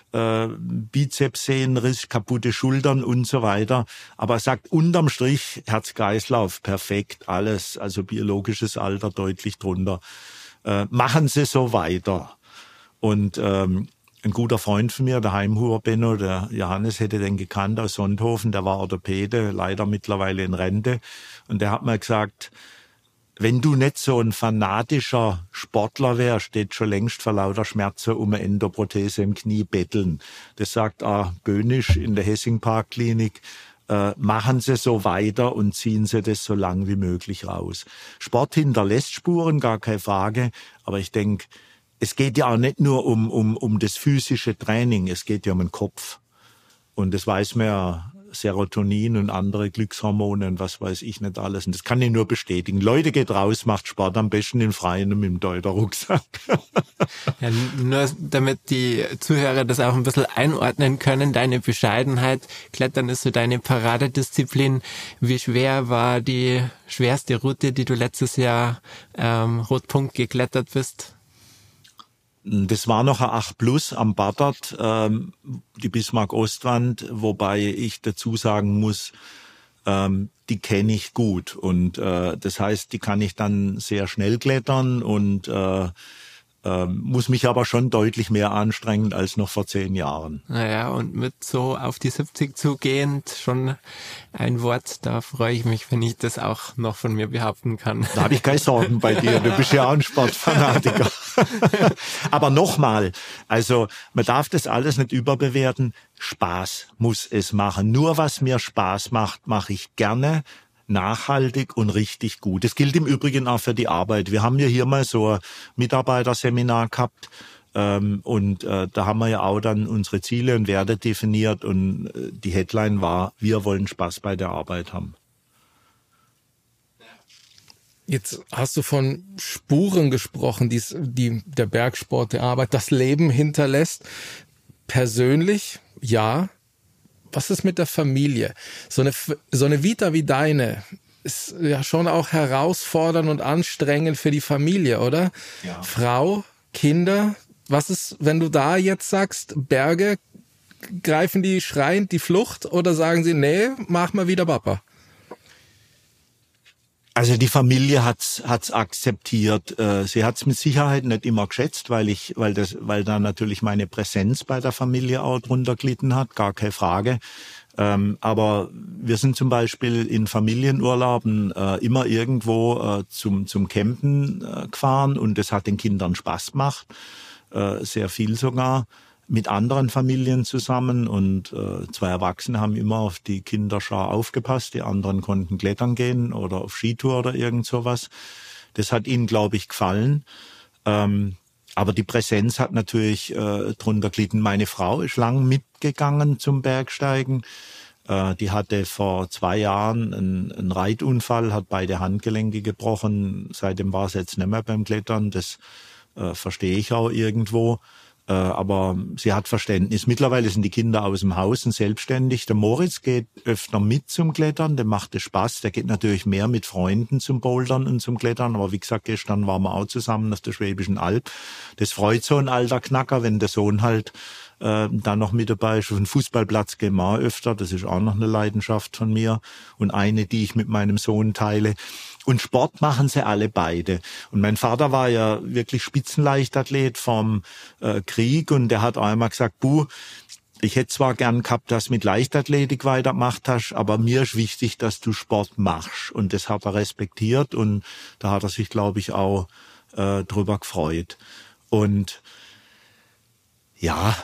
Bizepssehnenriss, kaputte Schultern und so weiter. Aber er sagt unterm Strich Herz-Kreislauf perfekt, alles, also biologisches Alter deutlich drunter. Machen Sie so weiter. Und ein guter Freund von mir, der Heimhuber Benno, der Johannes hätte den gekannt aus Sonthofen, der war Orthopäde, leider mittlerweile in Rente. Und der hat mir gesagt, wenn du nicht so ein fanatischer Sportler wärst, steht schon längst vor lauter Schmerzen um eine Endoprothese im Knie betteln. Das sagt Böhnisch in der Hessing-Park-Klinik. Machen Sie so weiter und ziehen Sie das so lang wie möglich raus. Sport hinterlässt Spuren, gar keine Frage. Aber ich denke, es geht ja auch nicht nur um das physische Training, es geht ja um den Kopf. Und das weiß man ja, Serotonin und andere Glückshormone und was weiß ich nicht alles. Und das kann ich nur bestätigen. Leute, geht raus, macht Sport, am besten im Freien und mit dem Deuter-Rucksack. Ja, nur damit die Zuhörer das auch ein bisschen einordnen können, deine Bescheidenheit, Klettern ist so deine Paradedisziplin. Wie schwer war die schwerste Route, die du letztes Jahr Rotpunkt geklettert bist? Das war noch ein 8+ am Battert, die Bismarck-Ostwand, wobei ich dazu sagen muss, die kenne ich gut. Und das heißt, die kann ich dann sehr schnell klettern und muss mich aber schon deutlich mehr anstrengen als noch vor 10 Jahren. Naja, und mit so auf die 70 zugehend schon ein Wort, da freue ich mich, wenn ich das auch noch von mir behaupten kann. Da habe ich keine Sorgen bei dir, du bist ja auch ein Sportfanatiker. Aber nochmal, also man darf das alles nicht überbewerten. Spaß muss es machen. Nur was mir Spaß macht, mache ich gerne, nachhaltig und richtig gut. Das gilt im Übrigen auch für die Arbeit. Wir haben ja hier mal so ein Mitarbeiterseminar gehabt und da haben wir ja auch dann unsere Ziele und Werte definiert und die Headline war, wir wollen Spaß bei der Arbeit haben. Jetzt hast du von Spuren gesprochen, die der Bergsport, der Arbeit, das Leben hinterlässt. Persönlich, ja. Was ist mit der Familie? So eine Vita wie deine ist ja schon auch herausfordernd und anstrengend für die Familie, oder? Ja. Frau, Kinder. Was ist, wenn du da jetzt sagst, Berge, greifen die schreiend die Flucht oder sagen sie, nee, mach mal wieder Papa? Also die Familie hat's akzeptiert. Sie hat's mit Sicherheit nicht immer geschätzt, weil da natürlich meine Präsenz bei der Familie auch drunter gelitten hat, gar keine Frage. Aber wir sind zum Beispiel in Familienurlauben immer irgendwo zum Campen gefahren und das hat den Kindern Spaß gemacht, sehr viel sogar. Mit anderen Familien zusammen und 2 Erwachsene haben immer auf die Kinderschar aufgepasst, die anderen konnten klettern gehen oder auf Skitour oder irgend sowas. Das hat ihnen, glaube ich, gefallen. Aber die Präsenz hat natürlich drunter gelitten. Meine Frau ist lang mitgegangen zum Bergsteigen. Die hatte vor 2 Jahren einen Reitunfall, hat beide Handgelenke gebrochen. Seitdem war sie jetzt nicht mehr beim Klettern. Das verstehe ich auch irgendwo. Aber sie hat Verständnis. Mittlerweile sind die Kinder aus dem Haus und selbstständig. Der Moritz geht öfter mit zum Klettern, dem macht es Spaß. Der geht natürlich mehr mit Freunden zum Bouldern und zum Klettern. Aber wie gesagt, gestern waren wir auch zusammen auf der Schwäbischen Alb. Das freut so ein alter Knacker, wenn der Sohn halt da noch mit dabei ist. Auf den Fußballplatz gehen wir auch öfter. Das ist auch noch eine Leidenschaft von mir und eine, die ich mit meinem Sohn teile. Und Sport machen sie alle beide. Und mein Vater war ja wirklich Spitzenleichtathlet vom Krieg und der hat auch einmal gesagt, ich hätte zwar gern gehabt, dass du mit Leichtathletik weitergemacht hast, aber mir ist wichtig, dass du Sport machst. Und das hat er respektiert und da hat er sich, glaube ich, auch drüber gefreut. Und ja,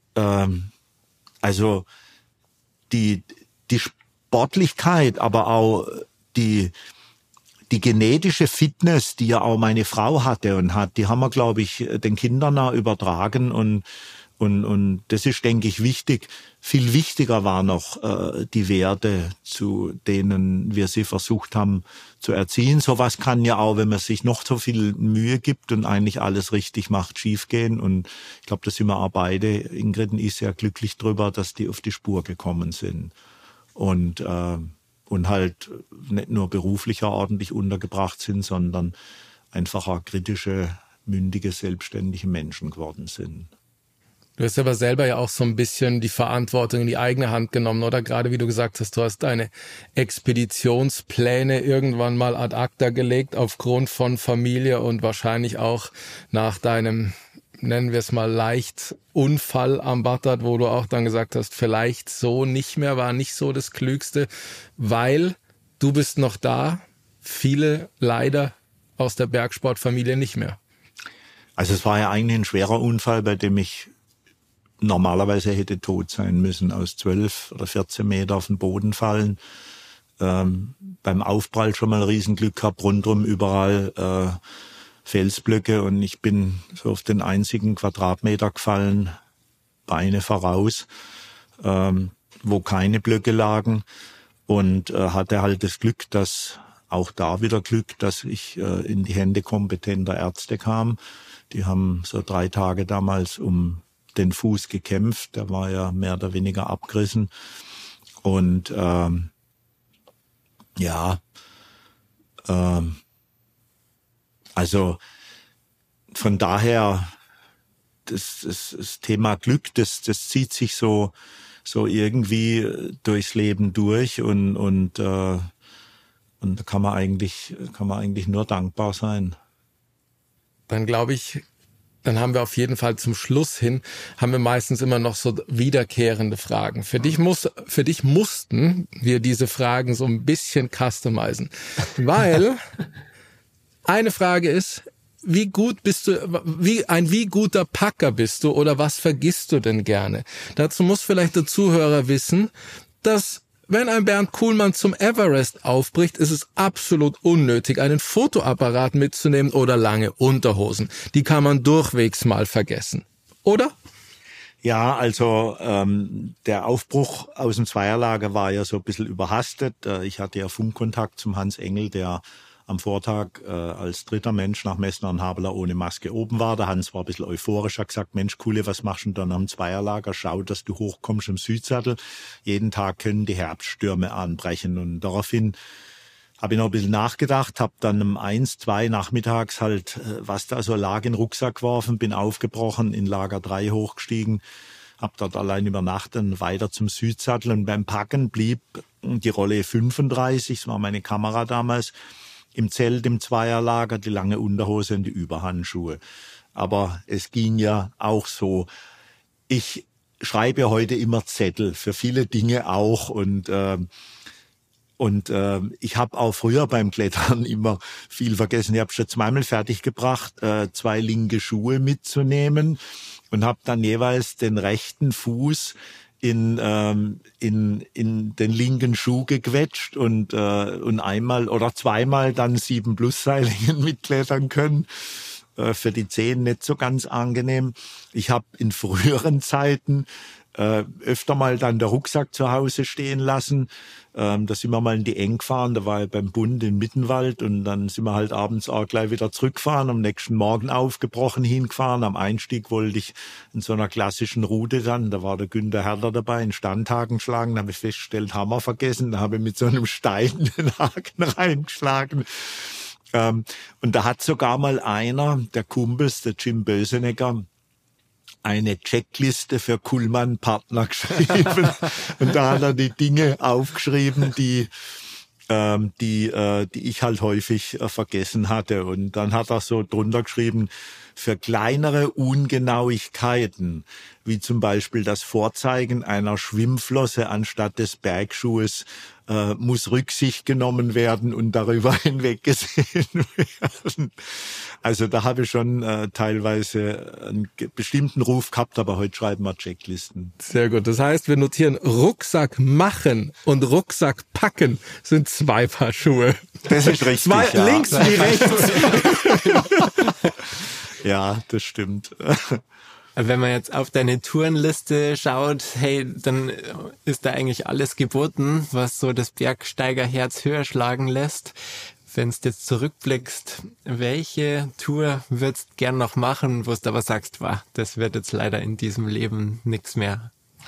also die Sportlichkeit, aber auch die genetische Fitness, die ja auch meine Frau hatte und hat, die haben wir, glaube ich, den Kindern auch übertragen und das ist, denke ich, wichtig. Viel wichtiger war noch die Werte, zu denen wir sie versucht haben zu erziehen. Sowas kann ja auch, wenn man sich noch so viel Mühe gibt und eigentlich alles richtig macht, schiefgehen. Und ich glaube, da sind wir auch beide, Ingrid und ich, sehr glücklich drüber, dass die auf die Spur gekommen sind. Und halt nicht nur beruflicher ordentlich untergebracht sind, sondern einfach auch kritische, mündige, selbstständige Menschen geworden sind. Du hast aber selber ja auch so ein bisschen die Verantwortung in die eigene Hand genommen, oder? Gerade wie du gesagt hast, du hast deine Expeditionspläne irgendwann mal ad acta gelegt aufgrund von Familie und wahrscheinlich auch nach deinem, nennen wir es mal leicht, Unfall am Battert, wo du auch dann gesagt hast, vielleicht so nicht mehr, war nicht so das Klügste, weil du bist noch da, viele leider aus der Bergsportfamilie nicht mehr. Also es war ja eigentlich ein schwerer Unfall, bei dem ich normalerweise hätte tot sein müssen, aus 12 oder 14 Meter auf den Boden fallen. Beim Aufprall schon mal ein Riesenglück gehabt, rundrum überall Felsblöcke und ich bin so auf den einzigen Quadratmeter gefallen, Beine voraus, wo keine Blöcke lagen und hatte halt das Glück, dass auch da wieder Glück, dass ich in die Hände kompetenter Ärzte kam. Die haben so 3 Tage damals um den Fuß gekämpft, der war ja mehr oder weniger abgerissen und also von daher das Thema Glück, das zieht sich so irgendwie durchs Leben durch und da kann man eigentlich nur dankbar sein. Dann glaube ich, dann haben wir auf jeden Fall zum Schluss hin, haben wir meistens immer noch so wiederkehrende Fragen. Für dich mussten wir diese Fragen so ein bisschen customizen, weil eine Frage ist, wie guter Packer bist du oder was vergisst du denn gerne? Dazu muss vielleicht der Zuhörer wissen, dass wenn ein Bernd Kuhlmann zum Everest aufbricht, ist es absolut unnötig, einen Fotoapparat mitzunehmen oder lange Unterhosen. Die kann man durchwegs mal vergessen. Oder? Ja, also der Aufbruch aus dem Zweierlager war ja so ein bisschen überhastet. Ich hatte ja Funkkontakt zum Hans Engel, der am Vortag als dritter Mensch nach Messner und Habeler ohne Maske oben war. Der Hans war ein bisschen euphorisch, hat gesagt, Mensch, Kuhle, was machst du denn da am Zweierlager? Schau, dass du hochkommst im Südsattel. Jeden Tag können die Herbststürme anbrechen. Und daraufhin habe ich noch ein bisschen nachgedacht, habe dann um 1, 2 nachmittags halt, was da so lag, in den Rucksack geworfen, bin aufgebrochen, in Lager 3 hochgestiegen, habe dort allein übernachtet und weiter zum Südsattel. Und beim Packen blieb die Rolle 35, das war meine Kamera damals, im Zelt, im Zweierlager, die lange Unterhose und die Überhandschuhe. Aber es ging ja auch so. Ich schreibe heute immer Zettel, für viele Dinge auch. Und ich habe auch früher beim Klettern immer viel vergessen. Ich habe schon 2-mal fertiggebracht, 2 linke Schuhe mitzunehmen und habe dann jeweils den rechten Fuß in den linken Schuh gequetscht und einmal oder zweimal dann 7-Plus-Seilingen mitklettern können. Für die Zehen nicht so ganz angenehm. Ich habe in früheren Zeiten öfter mal dann der Rucksack zu Hause stehen lassen. Da sind wir mal in die Eng gefahren, da war ich beim Bund in Mittenwald und dann sind wir halt abends auch gleich wieder zurückgefahren, am nächsten Morgen aufgebrochen hingefahren. Am Einstieg wollte ich in so einer klassischen Route dann, da war der Günther Herder dabei, in Standhaken schlagen, da habe ich festgestellt, Hammer vergessen, da habe ich mit so einem Stein den Haken reingeschlagen. Und da hat sogar mal einer der Kumpels, der Jim Bösenecker, eine Checkliste für Kullmann-Partner geschrieben. Und da hat er die Dinge aufgeschrieben, die ich halt häufig vergessen hatte. Und dann hat er so drunter geschrieben, für kleinere Ungenauigkeiten, wie zum Beispiel das Vorzeigen einer Schwimmflosse anstatt des Bergschuhes, muss Rücksicht genommen werden und darüber hinweggesehen werden. Also da habe ich schon teilweise einen bestimmten Ruf gehabt, aber heute schreiben wir Checklisten. Sehr gut. Das heißt, wir notieren Rucksack machen und Rucksack packen sind 2 Paar Schuhe. Das ist richtig. 2 ja. links wie rechts. Ja, das stimmt. Wenn man jetzt auf deine Tourenliste schaut, hey, dann ist da eigentlich alles geboten, was so das Bergsteigerherz höher schlagen lässt. Wenn du jetzt zurückblickst, welche Tour würdest du gern noch machen, wo du aber sagst, das wird jetzt leider in diesem Leben nichts mehr?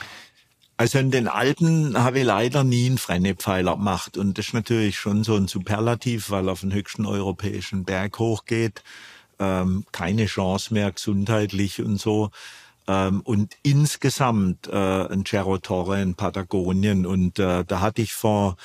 Also in den Alpen habe ich leider nie einen Frennepfeiler gemacht und das ist natürlich schon so ein Superlativ, weil auf den höchsten europäischen Berg hochgeht. Keine Chance mehr gesundheitlich und so. Und insgesamt ein Cerro Torre in Patagonien. Und da hatte ich vor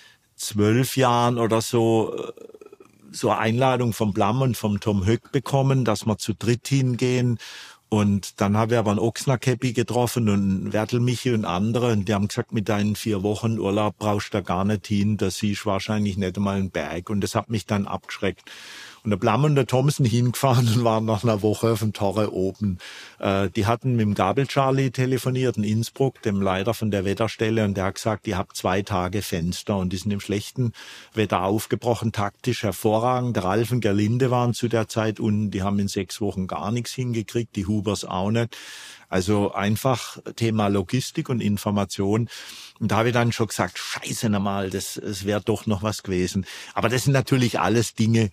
12 Jahren oder so eine Einladung vom Blam und vom Tom Höck bekommen, dass wir zu dritt hingehen. Und dann habe ich aber einen Ochsner-Käppi getroffen und einen Wertel-Michi und andere. Und die haben gesagt, mit deinen 4 Wochen Urlaub brauchst du da gar nicht hin. Da siehst du wahrscheinlich nicht einmal einen Berg. Und das hat mich dann abgeschreckt. Und der Blam und der Tom sind hingefahren und waren nach einer Woche auf dem Torre oben. Die hatten mit dem Gabel Charlie telefoniert in Innsbruck, dem Leiter von der Wetterstelle, und der hat gesagt, ihr habt 2 Tage Fenster, und die sind im schlechten Wetter aufgebrochen, taktisch hervorragend. Der Ralf und Gerlinde waren zu der Zeit unten, die haben in 6 Wochen gar nichts hingekriegt, die Hubers auch nicht. Also einfach Thema Logistik und Information. Und da habe ich dann schon gesagt, scheiße nochmal, es wäre doch noch was gewesen. Aber das sind natürlich alles Dinge,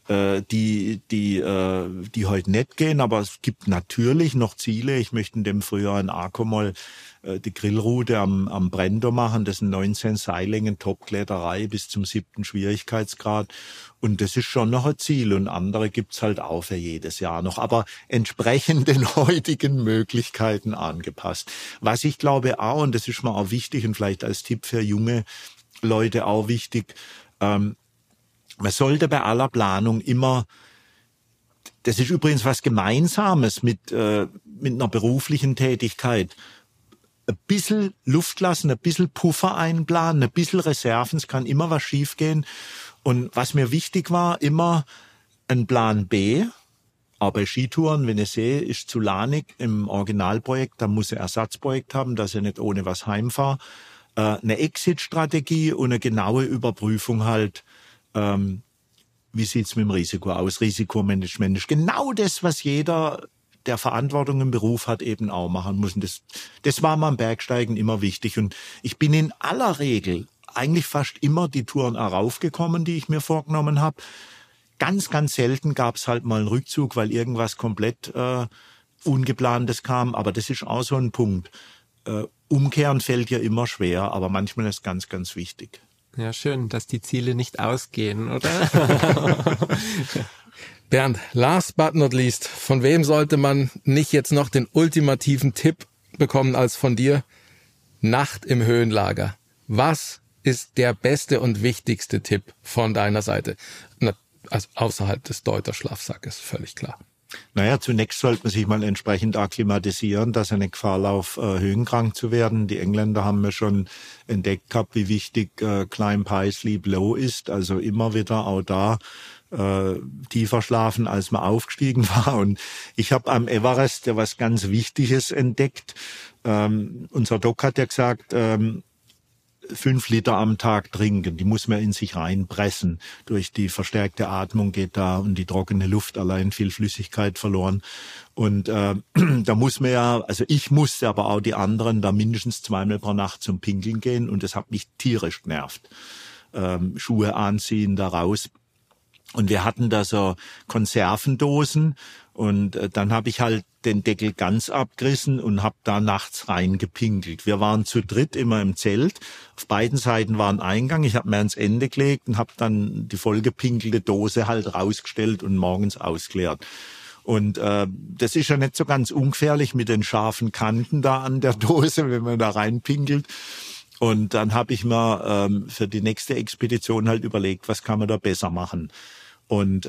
die heute nicht gehen. Aber es gibt natürlich noch Ziele. Ich möchte in dem Frühjahr in Arco mal die Grillroute am Brendo machen. Das sind 19 Seillängen, Top-Kletterei bis zum 7. Schwierigkeitsgrad. Und das ist schon noch ein Ziel. Und andere gibt's halt auch für jedes Jahr noch. Aber entsprechend den heutigen Möglichkeiten angepasst. Was ich glaube auch, und das ist mir auch wichtig und vielleicht als Tipp für junge Leute auch wichtig, man sollte bei aller Planung immer, das ist übrigens was Gemeinsames mit einer beruflichen Tätigkeit, ein bisschen Luft lassen, ein bisschen Puffer einplanen, ein bisschen Reserven, es kann immer was schiefgehen. Und was mir wichtig war, immer ein Plan B. Aber bei Skitouren, wenn ich sehe, ist zu lahnig im Originalprojekt, dann muss ich ein Ersatzprojekt haben, dass ich nicht ohne was heimfahre. Eine Exit-Strategie und eine genaue Überprüfung halt, wie sieht's mit dem Risiko aus? Risikomanagement ist genau das, was jeder, der Verantwortung im Beruf hat, eben auch machen muss. Und das war mir am Bergsteigen immer wichtig. Und ich bin in aller Regel eigentlich fast immer die Touren auch raufgekommen, die ich mir vorgenommen habe. Ganz, ganz selten gab's halt mal einen Rückzug, weil irgendwas komplett Ungeplantes kam. Aber das ist auch so ein Punkt. Umkehren fällt ja immer schwer, aber manchmal ist es ganz, ganz wichtig. Ja, schön, dass die Ziele nicht ausgehen, oder? Bernd, last but not least, von wem sollte man nicht jetzt noch den ultimativen Tipp bekommen als von dir? Nacht im Höhenlager. Was ist der beste und wichtigste Tipp von deiner Seite? Also außerhalb des Deuter Schlafsackes, völlig klar. Naja, zunächst sollte man sich mal entsprechend akklimatisieren, dass er nicht Gefahr lauft, höhenkrank zu werden. Die Engländer haben ja schon entdeckt gehabt, wie wichtig Climb High, Sleep Low ist. Also immer wieder auch da tiefer schlafen, als man aufgestiegen war. Und ich habe am Everest ja was ganz Wichtiges entdeckt. Unser Doc hat ja gesagt, 5 Liter am Tag trinken, die muss man in sich reinpressen. Durch die verstärkte Atmung geht da und die trockene Luft allein viel Flüssigkeit verloren. Und da muss man ja, also ich musste, aber auch die anderen, da mindestens 2-mal pro Nacht zum Pinkeln gehen und das hat mich tierisch genervt. Schuhe anziehen, da raus. Und wir hatten da so Konservendosen und dann habe ich halt den Deckel ganz abgerissen und habe da nachts reingepinkelt. Wir waren zu dritt immer im Zelt. Auf beiden Seiten war ein Eingang. Ich habe mir ans Ende gelegt und habe dann die vollgepinkelte Dose halt rausgestellt und morgens ausgeleert. Und das ist ja nicht so ganz ungefährlich mit den scharfen Kanten da an der Dose, wenn man da reinpinkelt. Und dann habe ich mir für die nächste Expedition halt überlegt, was kann man da besser machen. Und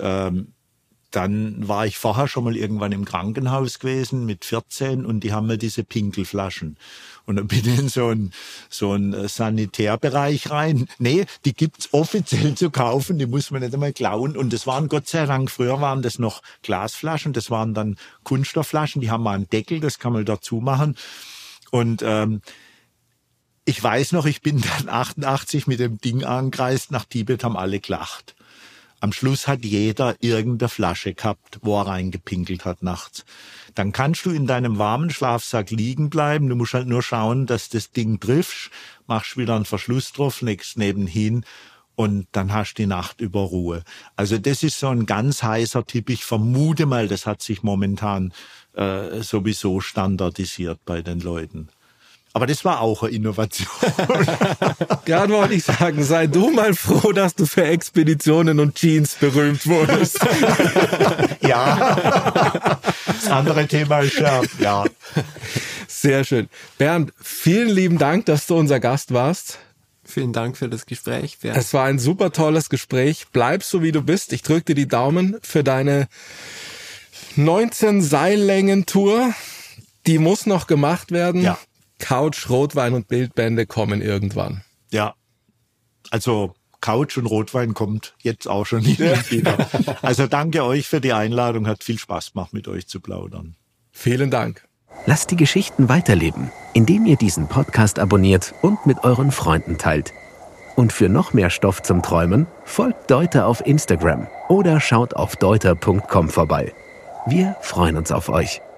dann war ich vorher schon mal irgendwann im Krankenhaus gewesen mit 14 und die haben mir diese Pinkelflaschen. Und dann bin ich in so ein Sanitärbereich rein. Nee, die gibt's offiziell zu kaufen, die muss man nicht einmal klauen. Und das waren Gott sei Dank, früher waren das noch Glasflaschen, das waren dann Kunststoffflaschen, die haben mal einen Deckel, das kann man dazu machen. Und ich weiß noch, ich bin dann 88 mit dem Ding angereist nach Tibet, haben alle gelacht. Am Schluss hat jeder irgendeine Flasche gehabt, wo er reingepinkelt hat nachts. Dann kannst du in deinem warmen Schlafsack liegen bleiben. Du musst halt nur schauen, dass das Ding triffst, machst wieder einen Verschluss drauf, legst nebenhin und dann hast du die Nacht über Ruhe. Also das ist so ein ganz heißer Tipp. Ich vermute mal, das hat sich momentan sowieso standardisiert bei den Leuten. Aber das war auch eine Innovation. Gerade wollte ich sagen, sei du mal froh, dass du für Expeditionen und Jeans berühmt wurdest. Ja, das andere Thema ist ja. Sehr schön. Bernd, vielen lieben Dank, dass du unser Gast warst. Vielen Dank für das Gespräch, Bernd. Es war ein super tolles Gespräch. Bleib so, wie du bist. Ich drücke dir die Daumen für deine 19 Seillängen-Tour. Die muss noch gemacht werden. Ja. Couch, Rotwein und Bildbände kommen irgendwann. Ja, also Couch und Rotwein kommt jetzt auch schon wieder. Also danke euch für die Einladung, hat viel Spaß gemacht, mit euch zu plaudern. Vielen Dank. Lasst die Geschichten weiterleben, indem ihr diesen Podcast abonniert und mit euren Freunden teilt. Und für noch mehr Stoff zum Träumen, folgt Deuter auf Instagram oder schaut auf deuter.com vorbei. Wir freuen uns auf euch.